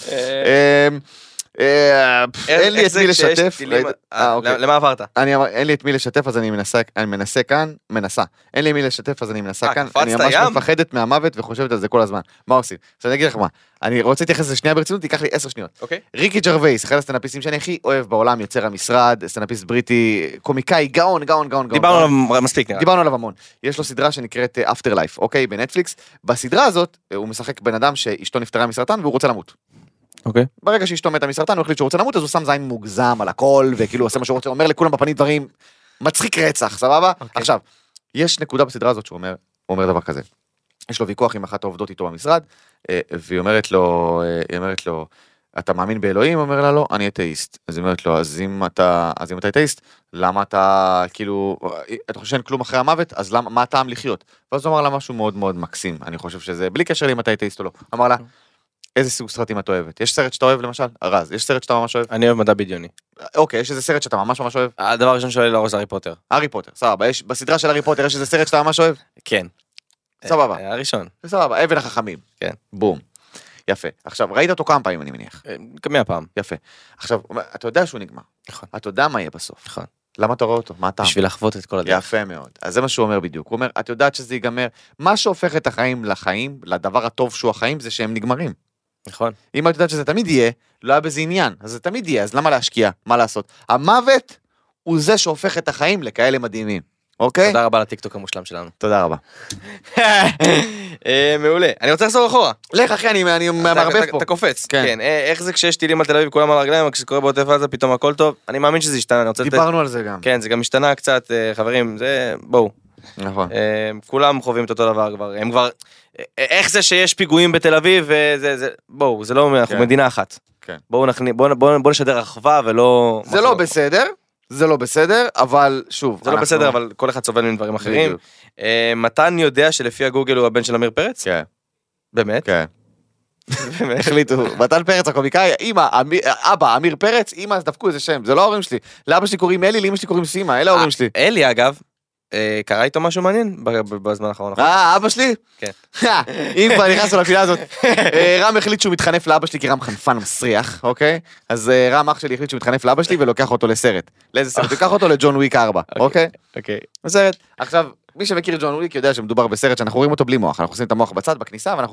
אין לי את מי לשתף. למה עברת? אין לי את מי לשתף אז אני מנסה כאן, מנסה. אין לי מי לשתף אז אני מנסה כאן. אני ממש מפחדת מהמוות וחושבת על זה כל הזמן. מה עושים? אז אני אגיד לך מה, אני רוצה להתייחס לשנייה ברצינות, תיקח לי עשר שניות. ריקי ג'רווייס, אחד הסטנאפיסטים שאני הכי אוהב בעולם, יוצר המשרד, סטנאפיסט בריטי, קומיקאי, גאון, גאון, גאון. דיברנו עליו מספיק. דיברנו עליו המון. יש לו סדרה שנקראת Afterlife, אוקיי, בנטפליקס. בסדרה הזאת הוא משחק בן אדם שאשתו נפטרה מסרטן והוא רוצה למות. אוקיי. ברגע שאשתו מתה מסרטן, הוא החליט שהוא רוצה למות, אז הוא שם זין מוגזם על הכל, וכאילו עושה מה שהוא רוצה, אומר לכולם בפנים דברים, מצחיק רצח, סבבה? עכשיו, יש נקודה בסדרה הזאת שהוא אומר, הוא אומר דבר כזה. יש לו ויכוח עם אחת העובדות איתו במשרד, והיא אומרת לו, היא אומרת לו, אתה מאמין באלוהים? הוא אומר לה, לא, אני אתאיסט. אז היא אומרת לו, אז אם אתה, אז אם אתה אתאיסט, למה אתה, כאילו, אתה חושב שאין כלום אחרי המוות, אז למה, מה הטעם לחיות? ואז הוא אמר לה משהו מאוד מאוד מקסים, אני חושב שזה, בלי קשר אם אתה אתאיסט או לא. אמר לה, איזה סוג סרטים את אוהבת? יש סרט שאתה אוהב למשל? רז, יש סרט שאתה ממש אוהב? אני אוהב מדע בדיוני. אוקיי, יש איזה סרט שאתה ממש ממש אוהב? הדבר הראשון שעולה לראש זה הארי פוטר. הארי פוטר, סבבה. יש בסדרה של הארי פוטר יש איזה סרט שאתה ממש אוהב? כן. סבבה. הראשון. סבבה, אבן החכמים. כן. בום. יפה. עכשיו, ראית אותו כמה פעמים אני מניח? כמה פעם. יפה. עכשיו, אתה יודע שהוא נגמר. נכון. אתה יודע מה יהיה בסוף. נכון. למה אתה רואה אותו? מה אתה? בשביל לחוות את כל הדרך. יפה מאוד. אז זה מה שהוא אומר בדיוק. הוא אומר, את יודעת שזה ייגמר. מה שהופך את החיים לחיים, לדבר הטוב שהוא החיים, זה שהם נגמרים. נכון. אם את יודעת שזה תמיד יהיה, לא היה בזה עניין, אז זה תמיד יהיה, אז למה להשקיע? מה לעשות? המוות הוא זה שהופך את החיים לכאלה מדהימים. אוקיי? תודה רבה לטיקטוק המושלם שלנו. תודה רבה. מעולה. אני רוצה לחזור אחורה. לך אחי, אני מערבב פה. אתה קופץ. כן. איך זה כשיש טילים על תל אביב, כולם על הרגליים, כשקורה בעוטף עזה, פתאום הכל טוב. אני מאמין שזה השתנה. דיברנו על זה גם. כן, זה גם השתנה קצת, חברים, זה, בואו. נכון. כולם חווים את אותו דבר כבר. הם כבר, איך זה שיש פיגועים בתל אביב, וזה, בואו, זה לא, אנחנו מדינה אחת. בואו נשדר אחווה ולא... זה לא בסדר. זה לא בסדר, אבל שוב... זה לא בסדר, אבל כל אחד סובל מדברים אחרים. מתן יודע שלפי הגוגל הוא הבן של אמיר פרץ? כן. באמת? כן. החליטו, מתן פרץ הקומיקאי, אמא, אבא, אמיר פרץ, אמא, אז דפקו איזה שם, זה לא ההורים שלי. לאבא שלי קוראים אלי, לאמא שלי קוראים סימה, אלה ההורים שלי. אלי, אגב, קרה איתו משהו מעניין בזמן האחרון, נכון? אה, אבא שלי? כן. אם כבר נכנסנו לפינה הזאת, רם החליט שהוא מתחנף לאבא שלי, כי רם חנפן מסריח, אוקיי? אז רם אח שלי החליט שהוא מתחנף לאבא שלי ולוקח אותו לסרט. לאיזה סרט? לוקח אותו לג'ון וויק ארבע, אוקיי? אוקיי. בסרט. עכשיו, מי שמכיר ג'ון וויק יודע שמדובר בסרט שאנחנו רואים אותו בלי מוח, אנחנו עושים את המוח בצד, בכניסה, ואנחנו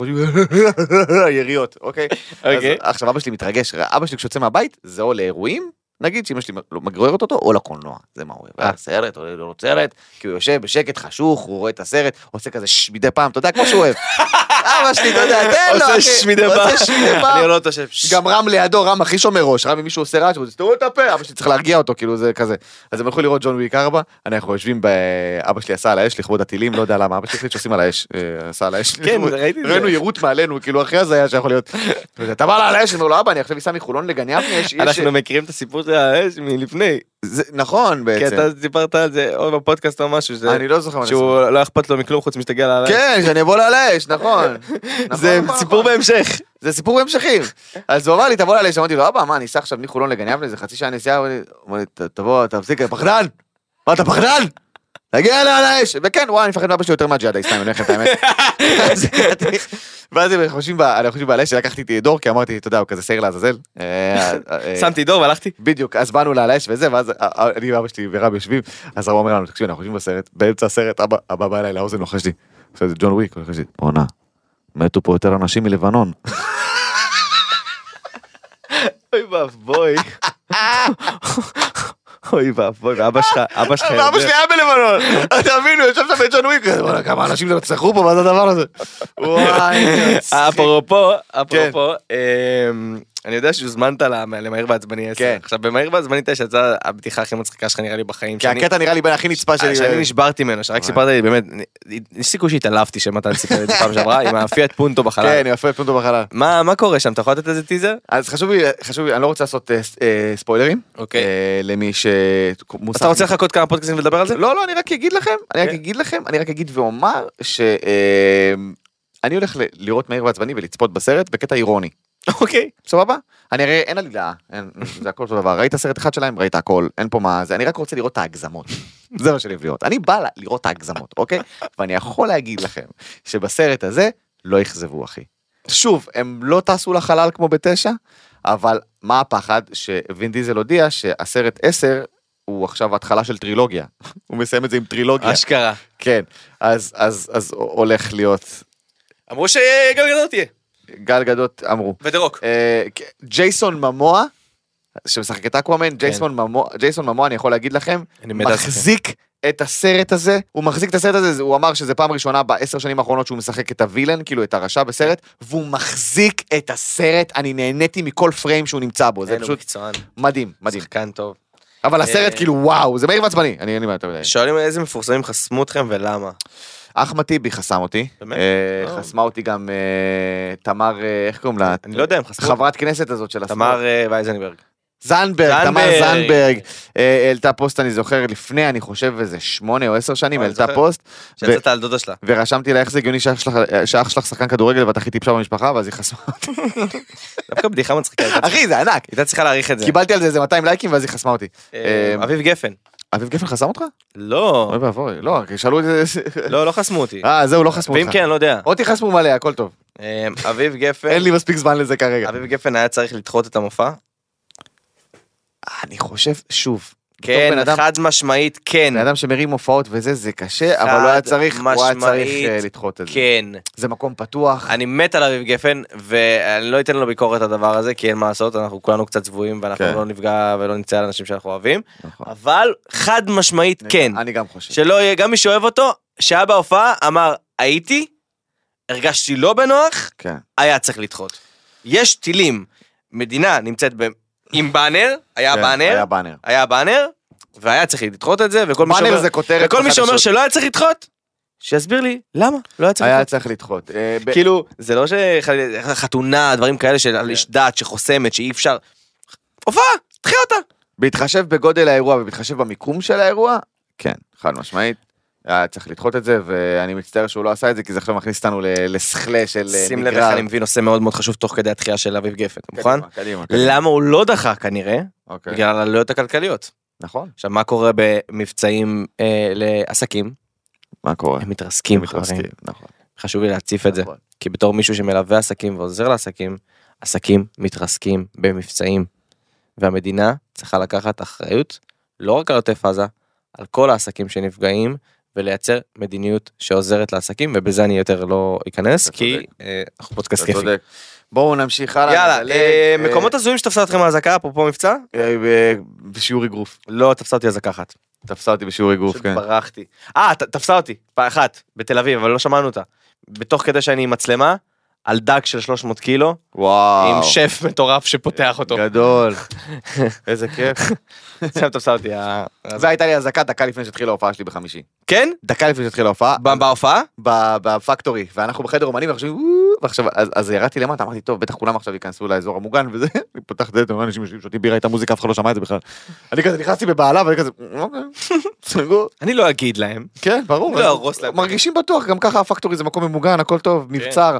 יריות, אוקיי? עכשיו אבא שלי מתרגש, אבא שלי כשיוצא מהבית, זה או לאירועים, נגיד שאמא שלי מגררת אותו, או לקולנוע, זה מה הוא אוהב, סרט, או לא סרט, כי הוא יושב בשקט חשוך, הוא רואה את הסרט, עושה כזה מדי פעם, אתה יודע, כמו שהוא אוהב. אבא שלי, אתה יודע, תן לו, עושה מדי פעם. אני לא תושב. גם רם לידו, רם הכי שומר ראש, רם אם מישהו עושה רעש, הוא תראו את הפה, אבא שלי צריך להרגיע אותו, כאילו זה כזה. אז הם הלכו לראות ג'ון וויק ארבע, אנחנו יושבים, אבא שלי עשה על האש, לכבוד הטילים, לא יודע למה, אבא שלי החליט שעושים על האש, עשה על האש. כן, ראיתי את זה. ראינו יירוט מעלינו, כאילו אחרי זה היה שיכול להיות. אתה בא על האש, אני אומר לו, אבא, אני עכשיו אסע מחולון לגן יבנה, יש... אנחנו מכירים את הסיפור של האש מלפני. נכון בעצם. כי אתה סיפרת על זה או בפודקאסט או משהו. אני לא זוכר. שהוא לא אכפת לו מכלום חוץ משתגע על האש. כן, שאני אבוא על האש, נכון. זה סיפור בהמשך. זה סיפור בהמשכים. אז הוא אמר לי, תבוא על האש, אמרתי לו, אבא, מה, אני אסע עכשיו מחולון לגן יבנה, זה חצי שעה נסיעה, הוא אמר לי, תבוא, תפסיק, פחדן! מה, אתה פחדן? תגיע על האש! וכן, וואי, אני מפחד מאבא שלי יותר מהג'יהאד האסלאמי, אני הולך את האמת. ואז אני חושב בעל האש, לקחתי איתי דור, כי אמרתי, אתה יודע, הוא כזה שעיר לעזאזל. שמתי דור והלכתי. בדיוק, אז באנו לעל האש וזה, ואז אני ואבא שלי ורב יושבים, אז רב אומר לנו, תקשיב, אנחנו חושבים בסרט, באמצע הסרט, אבא בא אליי לאוזן, לוחש לי, זה ג'ון וויק, הוא לוחש לי, עונה, מתו פה יותר אנשים מלבנון. אוי ואבוי. אוי ואבוי, ואבא שלך, אבא שלך... ואבא שלי היה בלבנון, אתה מבין, הוא יושב שם בג'ון וויק, כמה אנשים זה מצלחו פה, מה זה הדבר הזה? וואי, אפרופו, אפרופו, אני יודע שהוזמנת למהיר ועצבני עשר. עכשיו, במהיר ועצבני תשע, יצאה הבדיחה הכי מצחיקה שלך נראה לי בחיים. כי הקטע נראה לי בין הכי נצפה שלי. שאני נשברתי ממנו, שרק סיפרת לי, באמת, יש סיכוי שהתעלפתי שמתן סיפר את זה פעם שעברה, עם הפיאט פונטו בחלל. כן, עם הפיאט פונטו בחלל. מה קורה שם? אתה יכול לתת איזה טיזר? אז חשוב לי, חשוב לי, אני לא רוצה לעשות ספוילרים. אוקיי. למי ש... אתה רוצה לחכות כמה פודקאסטים ולדבר על זה? לא, לא, אני רק אגיד לכם, אני רק אגיד לכם, אני רק אגיד ואומר ש... אני הולך לראות מהיר ועצבני ולצפות בסרט בקטע אירוני. אוקיי. סבבה? אני הרי, אין עלילה, זה הכל אותו דבר. ראית סרט אחד שלהם, ראית הכל, אין פה מה זה, אני רק רוצה לראות את ההגזמות. זה מה שאני אוהב לראות. אני בא לראות את ההגזמות, אוקיי? ואני יכול להגיד לכם שבסרט הזה לא יחזבו, אחי. שוב, הם לא טסו לחלל כמו בתשע, אבל מה הפחד שווין דיזל הודיע שהסרט עשר הוא עכשיו התחלה של טרילוגיה. הוא מסיים את זה עם טרילוגיה. אשכרה. כן, אז, אז, אז הולך להיות... אמרו שגל גדות תהיה. גל גדות אמרו. ודרוק. ג'ייסון ממוע, שמשחק את אקוואמן, ג'ייסון ממוע, אני יכול להגיד לכם, מחזיק את הסרט הזה, הוא מחזיק את הסרט הזה, הוא אמר שזה פעם ראשונה בעשר שנים האחרונות שהוא משחק את הווילן, כאילו את הרשע בסרט, והוא מחזיק את הסרט, אני נהניתי מכל פריים שהוא נמצא בו, זה פשוט מדהים, מדהים. שחקן טוב. אבל הסרט כאילו וואו, זה מהיר ועצבני. שואלים איזה מפורסמים חסמו אתכם ולמה? אחמד טיבי חסם אותי, חסמה אותי גם תמר, איך קוראים לה? אני לא יודע אם חסמו. חברת כנסת הזאת של הספורט. תמר וייזנברג. זנברג, תמר זנברג, העלתה פוסט, אני זוכר, לפני, אני חושב, איזה שמונה או עשר שנים, העלתה פוסט. שיצאת על דודה שלה. ורשמתי לה איך זה הגיוני שאח שלך שחקן כדורגל ואת הכי טיפשה במשפחה, ואז היא חסמה אותי. דווקא בדיחה מצחיקה. אחי, זה ענק. הייתה צריכה להעריך את זה. קיבלתי על זה איזה מאתיים לייקים, ואז היא חסמה אותי. אביב גפן. אביב גפן חסם אותך? לא. אוי ואבוי, לא, שאלו את זה. לא, לא חסמו אותי. אה, זהו, לא חסמו אותך. ואם כן, לא יודע. אותי חסמו מלא, הכל טוב. אביב גפן. אין לי מספיק זמן לזה כרגע. אביב גפן היה צריך לדחות את המופע. אני חושב, שוב, כן, חד משמעית, כן. בן אדם שמרים הופעות וזה, זה קשה, אבל לא היה צריך, הוא היה צריך לדחות את זה. כן. זה מקום פתוח. אני מת על אביב גפן, ואני לא אתן לו ביקורת את הדבר הזה, כי אין מה לעשות, אנחנו כולנו קצת צבועים, ואנחנו לא נפגע ולא נצא על אנשים שאנחנו אוהבים, אבל חד משמעית, כן. אני גם חושב. שלא יהיה, גם מי שאוהב אותו, שהיה בהופעה, אמר, הייתי, הרגשתי לא בנוח, היה צריך לדחות. יש טילים, מדינה נמצאת ב... עם באנר, היה באנר, היה באנר, והיה צריך לדחות את זה, וכל מי שאומר שלא היה צריך לדחות, שיסביר לי, למה? לא היה צריך לדחות. היה צריך לדחות. כאילו, זה לא שחתונה, דברים כאלה של איש דת, שחוסמת, שאי אפשר, הופעה, תחיה אותה. בהתחשב בגודל האירוע, ובהתחשב במיקום של האירוע, כן, חד משמעית. היה צריך לדחות את זה, ואני מצטער שהוא לא עשה את זה, כי זה עכשיו מכניס אותנו לסכלה של נגרר. שים לב איך אני מבין נושא מאוד מאוד חשוב תוך כדי התחייה של אביב גפן, מוכן? למה הוא לא דחה כנראה? בגלל העלויות הכלכליות. נכון. עכשיו, מה קורה במבצעים לעסקים? מה קורה? הם מתרסקים. חשוב לי להציף את זה, כי בתור מישהו שמלווה עסקים ועוזר לעסקים, עסקים מתרסקים במבצעים, והמדינה צריכה לקחת אחריות, לא רק על עוטף עזה, על כל העסקים שנפגעים, ולייצר מדיניות שעוזרת לעסקים, ובזה אני יותר לא אכנס, כי אנחנו פודקאסט כיפי. בואו נמשיך הלאה. יאללה, מקומות הזויים שתפסה אתכם מהזקה, אפרופו מבצע? בשיעור אגרוף. לא, תפסה אותי הזקה אחת. תפסה אותי בשיעור אגרוף, כן. ברחתי. אה, תפסה אותי, פעם אחת, בתל אביב, אבל לא שמענו אותה. בתוך כדי שאני עם מצלמה, על דג של שלוש מאות קילו, וואו. עם שף מטורף שפותח אותו. גדול. איזה כיף. שם תפסה אותי. והייתה לי הזקה דקה לפני שהתחילה ההופעה שלי בחמישי. כן? דקה לפני שהתחילה ההופעה. בהופעה? בפקטורי, ואנחנו בחדר אומנים, ועכשיו, אז ירדתי למטה, אמרתי, טוב, בטח כולם עכשיו ייכנסו לאזור המוגן, וזה, אני פותח דלת, אנשים יושבים, שותים בירה, הייתה מוזיקה, אף אחד לא שמע את זה בכלל. אני כזה נכנסתי בבעלה, ואני כזה, אוקיי, סגור. אני לא אגיד להם. כן, ברור. מרגישים בטוח, גם ככה הפקטורי זה מקום ממוגן, הכל טוב, מבצר.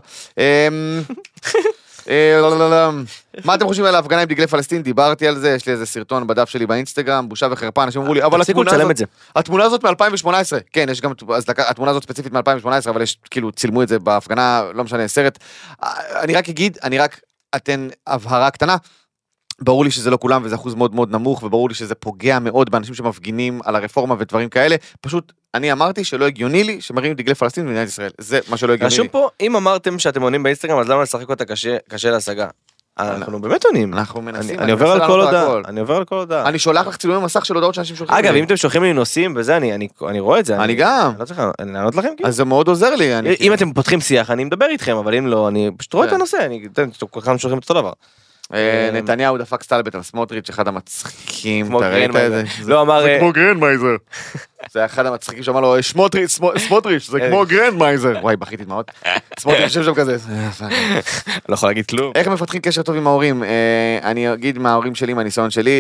מה אתם חושבים על ההפגנה עם דגלי פלסטין? דיברתי על זה, יש לי איזה סרטון בדף שלי באינסטגרם, בושה וחרפה, אנשים אמרו לי, אבל התמונה הזאת מ-אלפיים ושמונה עשרה, כן, יש גם, התמונה הזאת ספציפית מ-אלפיים ושמונה עשרה, אבל יש, כאילו, צילמו את זה בהפגנה, לא משנה, סרט. אני רק אגיד, אני רק אתן הבהרה קטנה, ברור לי שזה לא כולם, וזה אחוז מאוד מאוד נמוך, וברור לי שזה פוגע מאוד באנשים שמפגינים על הרפורמה ודברים כאלה, פשוט אני אמרתי שלא הגיוני לי שמרים דגלי פלסטין במדינת ישראל, זה מה שלא הגיוני לי. רשום פה, אם אמרתם שאתם עונים באינסטגרם, אז למה לשחק אותה קשה להשגה? אנחנו באמת עונים. אנחנו מנסים. אני עובר על כל הודעה. אני עובר על כל הודעה. אני שולח לך צילומי מסך של הודעות שאנשים שולחים לי. אגב, אם אתם שולחים לי נושאים וזה, אני רואה את זה. אני גם. אני לא צריך לענות לכם? אז זה מאוד עוזר לי. אם אתם פותחים שיח, אני מדבר איתכם, אבל אם לא, אני פשוט רואה את הנושא, אני כולכם שולחים את אותו דבר. נתניהו דפק סטלבט על סמוטריץ', אחד המצחיקים, אתה ראית את זה? לא אמר... זה כמו גרנדמייזר. זה אחד המצחיקים שאמר לו, סמוטריץ', זה כמו גרנדמייזר. וואי, בכיתי דמעות. סמוטריץ' יושב שם כזה. לא יכול להגיד כלום. איך מפתחים קשר טוב עם ההורים? אני אגיד מההורים שלי, מהניסיון שלי,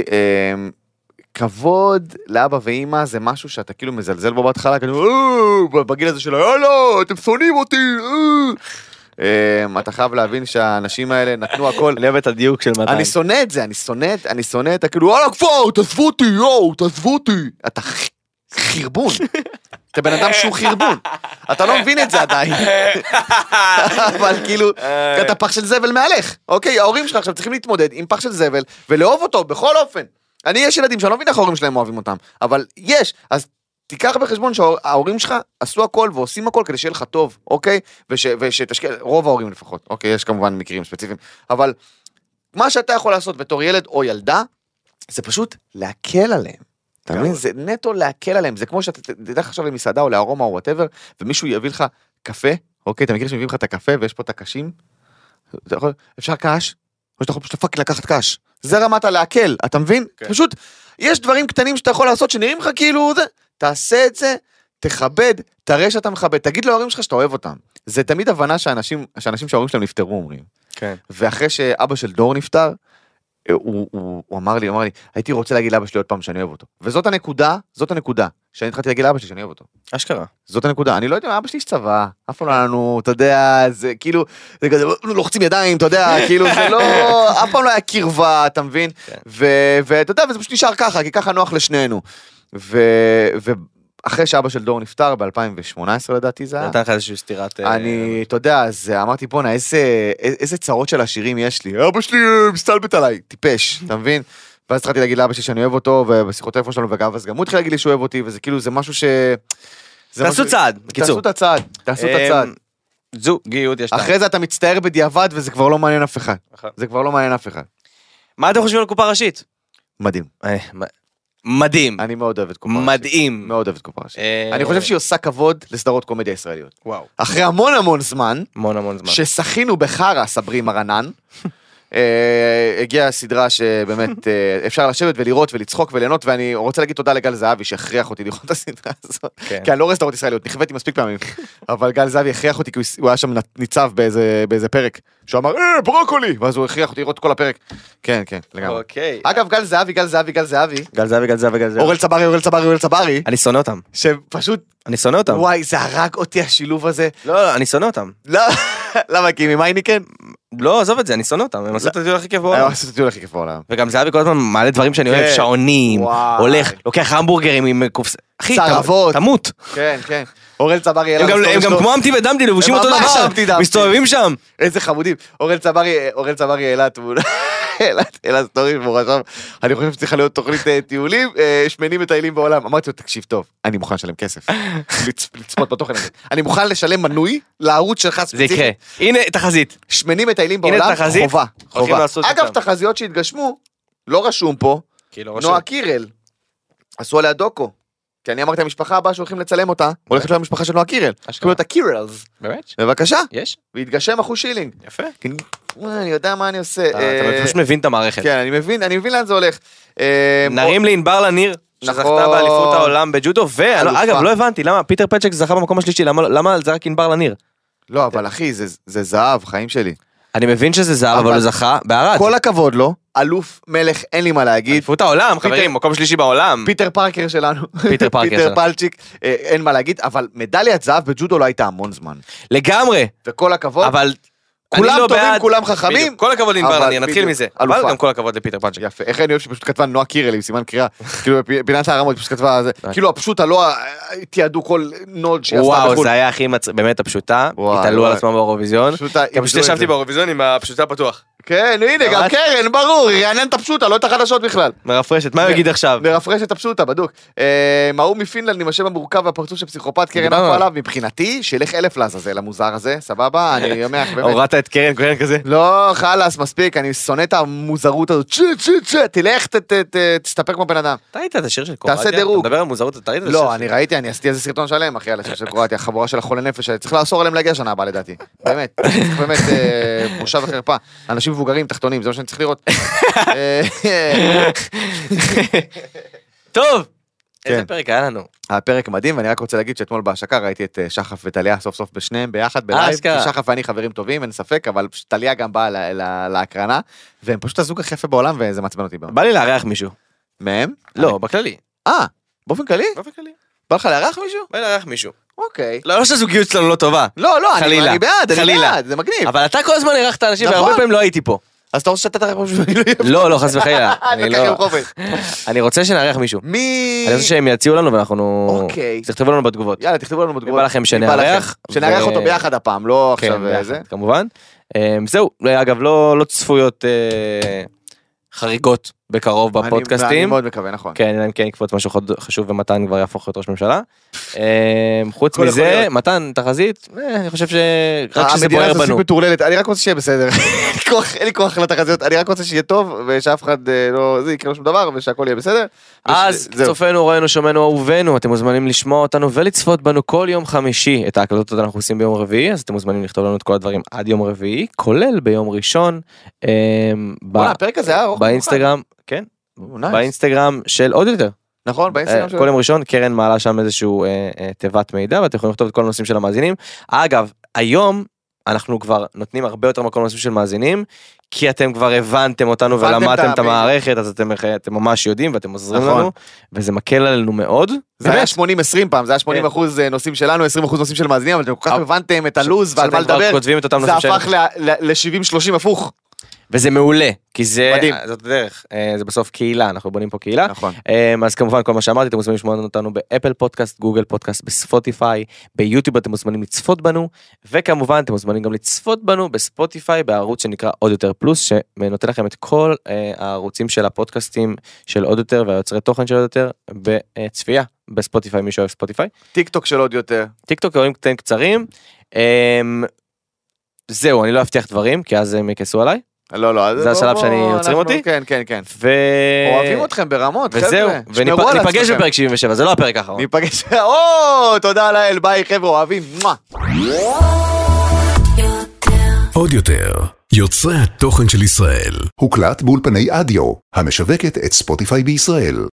כבוד לאבא ואמא זה משהו שאתה כאילו מזלזל בו בהתחלה, בגיל הזה שלו, יאללה, אתם שונאים אותי, אתה חייב להבין שהאנשים האלה נתנו הכל. אני אוהב את הדיוק של מאתיים. אני שונא את זה, אני שונא, אני שונא את כאילו, וואלה כפור, תעזבו אותי, יואו, תעזבו אותי. אתה חרבון. אתה בן אדם שהוא חרבון. אתה לא מבין את זה עדיין. אבל כאילו, אתה פח של זבל מהלך. אוקיי, ההורים שלך עכשיו צריכים להתמודד עם פח של זבל, ולאהוב אותו בכל אופן. אני, יש ילדים שאני לא מבין איך ההורים שלהם אוהבים אותם, אבל יש, אז תיקח בחשבון שההורים שלך עשו הכל ועושים הכל כדי שיהיה לך טוב, אוקיי? וש, ושתשקיע, רוב ההורים לפחות, אוקיי? יש כמובן מקרים ספציפיים, אבל מה שאתה יכול לעשות בתור ילד או ילדה, זה פשוט להקל עליהם. אתה מבין? זה נטו להקל עליהם, זה כמו שאתה תדח עכשיו למסעדה או לארומה או whatever, ומישהו יביא לך קפה, אוקיי? אתה מכיר שמביאים לך את הקפה ויש פה את הקשים? אפשר קש? או שאתה יכול פשוט לפק לקחת קש. זה רמת הלהקל, אתה מבין? פשוט, יש דברים קטנים שאתה יכול לעשות שנראים לך כאילו זה, תעשה את זה, תכבד, תראה שאתה מכבד, תגיד להורים שלך שאתה אוהב אותם. זה תמיד הבנה שאנשים, שאנשים שההורים שלהם נפטרו אומרים. כן. ואחרי שאבא של דור נפטר, הוא, הוא, הוא אמר לי, הוא אמר לי, הייתי רוצה להגיד לאבא שלי עוד פעם שאני אוהב אותו. וזאת הנקודה, זאת הנקודה, שאני התחלתי להגיד לאבא שלי שאני אוהב אותו. אשכרה. זאת הנקודה, אני לא יודע, אבא שלי יש צבא, אף פעם לא לנו, אתה יודע, זה כאילו, זה כזה, לוחצים ידיים, אתה יודע, כאילו, זה לא, אף פעם לא היה קרבה, אתה מבין? ואתה יודע, וזה פשוט נשאר ככה, כי ככה נוח לשנינו. ואחרי שאבא של דור נפטר, ב-אלפיים ושמונה עשרה לדעתי זה היה. נתן לך איזושהי סתירת... אני, אתה יודע, אז אמרתי פה, איזה צרות של השירים יש לי. אבא שלי מסתלבט עליי, טיפש, אתה מבין? ואז התחלתי להגיד לאבא שלי שאני אוהב אותו, ובשיחות טלפון שלנו, ואז גם הוא התחיל להגיד לי שהוא אוהב אותי, וזה כאילו, זה משהו ש... תעשו צעד, בקיצור. תעשו את הצעד, תעשו את הצעד. זוגיות יש. אחרי זה אתה מצטער בדיעבד, וזה כבר לא מעניין אף אחד. זה כבר לא מעניין אף אחד. מה אתם חושבים על קופה ראשית? מדהים. מדהים. אני מאוד אוהב את קופה ראשית. מדהים. מאוד אוהב את קופה ראשית. אני חושב שהיא עושה כבוד לסדרות קומדיה ישראליות. וואו. אחרי המון המון זמן, המון המון זמן. ששחינו בחרה סברי מרנן, הגיעה סדרה שבאמת אפשר לשבת ולראות ולצחוק וליהנות, ואני רוצה להגיד תודה לגל זהבי שהכריח אותי לראות את הסדרה הזאת, כי אני לא רואה סדרות ישראליות, נכוויתי מספיק פעמים, אבל גל זהבי הכריח אותי כי הוא היה שם ניצב באיזה פרק, שהוא אמר, אה, ברוקולי, ואז הוא הכריח אותי לראות כל הפרק. כן, כן, לגמרי. אגב, גל זהבי, גל זהבי, גל זהבי, גל זהבי, גל זהבי, גל זהבי. אורל צברי, אורל צברי, אורל צברי. אני שונא אותם. שפשוט, אני שונא אותם. וואי, זה הרג אותי השילוב הזה. לא, לא, אני שונא אותם. לא, למה? כי ממייניקן? לא, עזוב את זה, אני שונא אותם, הם עשו את הטיול הכי כיף בעולם. הם עשו את הטיול הכי כיף בעולם. וגם זהבי כל הזמן מעלה דברים שאני אוהב, שעונים, הולך, לוקח המבורגרים עם קופס... אחי, תמות. כן, כן. אורל צברי... הם גם כמו אמתי ודמתי, לבושים אותו דבר, מסתובבים שם. איזה חמודים. אורל צברי העלה תמונה, העלה סטורי, והוא רשם, אני חושב שצריכה להיות תוכנית טיולים, שמנים מטיילים בעולם. אמרתי לו, תקשיב טוב, אני מוכן לשלם כסף. לצפות בתוכן הזה. אני מוכן לשלם מנוי לערוץ שלך ספציפי. זה יקרה. הנה תחזית. שמנים מטיילים בעולם, חובה. אגב, תחזיות שהתגשמו, לא רשום פה, נועה קירל. עשו עליה דוקו. כי אני אמרתי המשפחה הבאה שהולכים לצלם אותה, הולכת להיות המשפחה של נועה קירל. קוראים אותה קירלס. באמת? בבקשה. יש? והתגשם אחוז שילינג. יפה. אני יודע מה אני עושה. אתה פשוט מבין את המערכת. כן, אני מבין, אני מבין לאן זה הולך. נרים לענבר לניר, שזכתה באליפות העולם בג'ודו, ואגב, לא הבנתי, למה פיטר פצ'ק זכה במקום השלישי, למה זה רק ענבר לניר? לא, אבל אחי, זה זהב, חיים שלי. אני מבין שזה זהב, אבל הוא זכה בערד. כל הכבוד לו, אלוף מלך, אין לי מה להגיד. אליפות העולם, חברים, מקום שלישי בעולם. פיטר פארקר שלנו. פיטר פארקר שלנו. פיטר פלצ'יק, אין מה להגיד, אבל מדליית זהב בג'ודו לא הייתה המון זמן. לגמרי. וכל הכבוד. אבל... כולם טובים, כולם חכמים. כל הכבוד לענבר לניר, נתחיל מזה. אבל גם כל הכבוד לפיטר פלצ'יק. יפה, איך אני אוהב שפשוט כתבה נועה קירל עם סימן קריאה. כאילו בפינת הערמות פשוט כתבה, כאילו הפשוט הלא תיעדו כל נוד שהיא עשתה בחו"ל. וואו, זה היה הכי באמת הפשוטה. התעלו על עצמם באירוויזיון. גם פשוט ישבתי באירוויזיון עם הפשוטה פתוח. כן, הנה, גם קרן, ברור, רענן את הפשוטה, לא את החדשות בכלל. מרפרשת, מה הוא יגיד עכשיו? מרפרשת את הפשוטה, בדוק. ההוא מפינלנד עם השם המורכב והפרצוף של פסיכופת, קרן עפה עליו, מבחינתי, שילך אלף לעזאזל המוזר הזה, סבבה? אני יומח, באמת. הורדת את קרן, קרן כזה? לא, חלאס, מספיק, אני שונא את המוזרות הזאת, צ'ה, צ'ה, צ'ה, תלך, תסתפק כמו בן אדם. אתה ראית את השיר של קרואטיה? תעשה דירוג. אתה מדבר על מוזרות, אתה ראית את השיר? לא, אני ראיתי, אני עשיתי איזה סרטון שלם, אחי, על השיר של קרואטיה, חבורה של החולי נפש, צריך לאסור עליהם להגיע שנה הבאה, לדעתי. באמת, באמת, בושה וחרפה. אנשים מבוגרים, תחתונים, זה מה שאני צריך לראות. טוב, איזה פרק היה לנו? הפרק מדהים, ואני רק רוצה להגיד שאתמול בהשקה ראיתי את שחף וטליה סוף סוף בשניהם ביחד בלייב, כי שחף ואני חברים טובים, אין ספק, אבל טליה גם באה להקרנה, והם פשוט הזוג הכי יפה בעולם, וזה מעצבן אותי. בא לי לארח מישהו. מהם? לא, בכללי. אה, באופן כללי? באופן כללי. בא לך לארח מישהו? בא לי לארח מישהו. אוקיי. לא, לא שהזוגיות שלנו לא טובה. לא, לא, אני בעד, אני בעד, זה מגניב. אבל אתה כל הזמן אירחת אנשים, והרבה פעמים לא הייתי פה. אז אתה רוצה שאתה תארח מישהו? לא, לא, חס וחלילה. אני רוצה שנארח מישהו. מי? אני רוצה שהם יציעו לנו ואנחנו... אוקיי. תכתבו לנו בתגובות. יאללה, תכתבו לנו בתגובות. בא לכם שנארח. שנארח אותו ביחד הפעם, לא עכשיו זה. כמובן. זהו, אגב, לא צפויות חריגות בקרוב בפודקאסטים. אני מאוד מקווה, נכון. כן, אלא אם כן יקפוץ משהו חשוב ומתן כבר יהפוך להיות ראש ממשלה. חוץ מזה, מתן, תחזית, אני חושב שרק שזה בוער בנו. אני רק רוצה שיהיה בסדר. אין לי כוח לתחזיות, אני רק רוצה שיהיה טוב, ושאף אחד לא יקרה שום דבר, ושהכל יהיה בסדר. אז צופנו, רואינו, שומענו, אהובנו, אתם מוזמנים לשמוע אותנו ולצפות בנו כל יום חמישי. את ההקלטות אנחנו עושים ביום רביעי, אז אתם מוזמנים לכתוב לנו את כל הדברים עד יום רביעי, כולל ביום ראשון. הפרק הזה היה ארוך. באינסטגרם, כן, באינסטגרם של עוד יותר. נכון, באינסטגרם של... כל יום ראשון, קרן מעלה שם איזשהו תיבת מידע, ואתם יכולים לכתוב את כל הנושאים של המאזינים. אגב, היום אנחנו כבר נותנים הרבה יותר מקום לנושאים של מאזינים, כי אתם כבר הבנתם אותנו ולמדתם את המערכת, אז אתם ממש יודעים ואתם עוזרים לנו, וזה מקל עלינו מאוד. זה היה שמונים עשרים פעם, זה היה שמונים אחוז נושאים שלנו, עשרים אחוז נושאים של מאזינים, אבל אתם כל כך הבנתם את הלוז ועל מה לדבר, זה הפך ל-שבעים שלושים הפוך. וזה מעולה, כי זה, מדהים. זאת הדרך, זה בסוף קהילה, אנחנו בונים פה קהילה. נכון. אז כמובן, כל מה שאמרתי, אתם מוזמנים לשמוע אותנו באפל פודקאסט, גוגל פודקאסט, בספוטיפיי, ביוטיוב אתם מוזמנים לצפות בנו, וכמובן, אתם מוזמנים גם לצפות בנו בספוטיפיי, בערוץ שנקרא עוד יותר פלוס, שנותן לכם את כל הערוצים של הפודקאסטים של עוד יותר, והיוצרי תוכן של עוד יותר, בצפייה, בספוטיפיי, מי שאוהב ספוטיפיי. טיק טוק של עוד יותר. טיק טוק, רואים קטעים קצרים. זהו, אני לא אבטיח דברים, כי אז הם יכעסו עליי. לא, לא. זה השלב שאני יוצרים אותי. כן, כן, כן. ו... אוהבים אתכם ברמות, חבר'ה. וזהו, וניפגש בפרק שבעים ושבע, זה לא הפרק האחרון. ניפגש, או, תודה לאל, ביי חבר'ה, אוהבים. עוד יותר, יוצרי התוכן של ישראל. הוקלט באולפני אדיו, המשווקת את ספוטיפיי בישראל.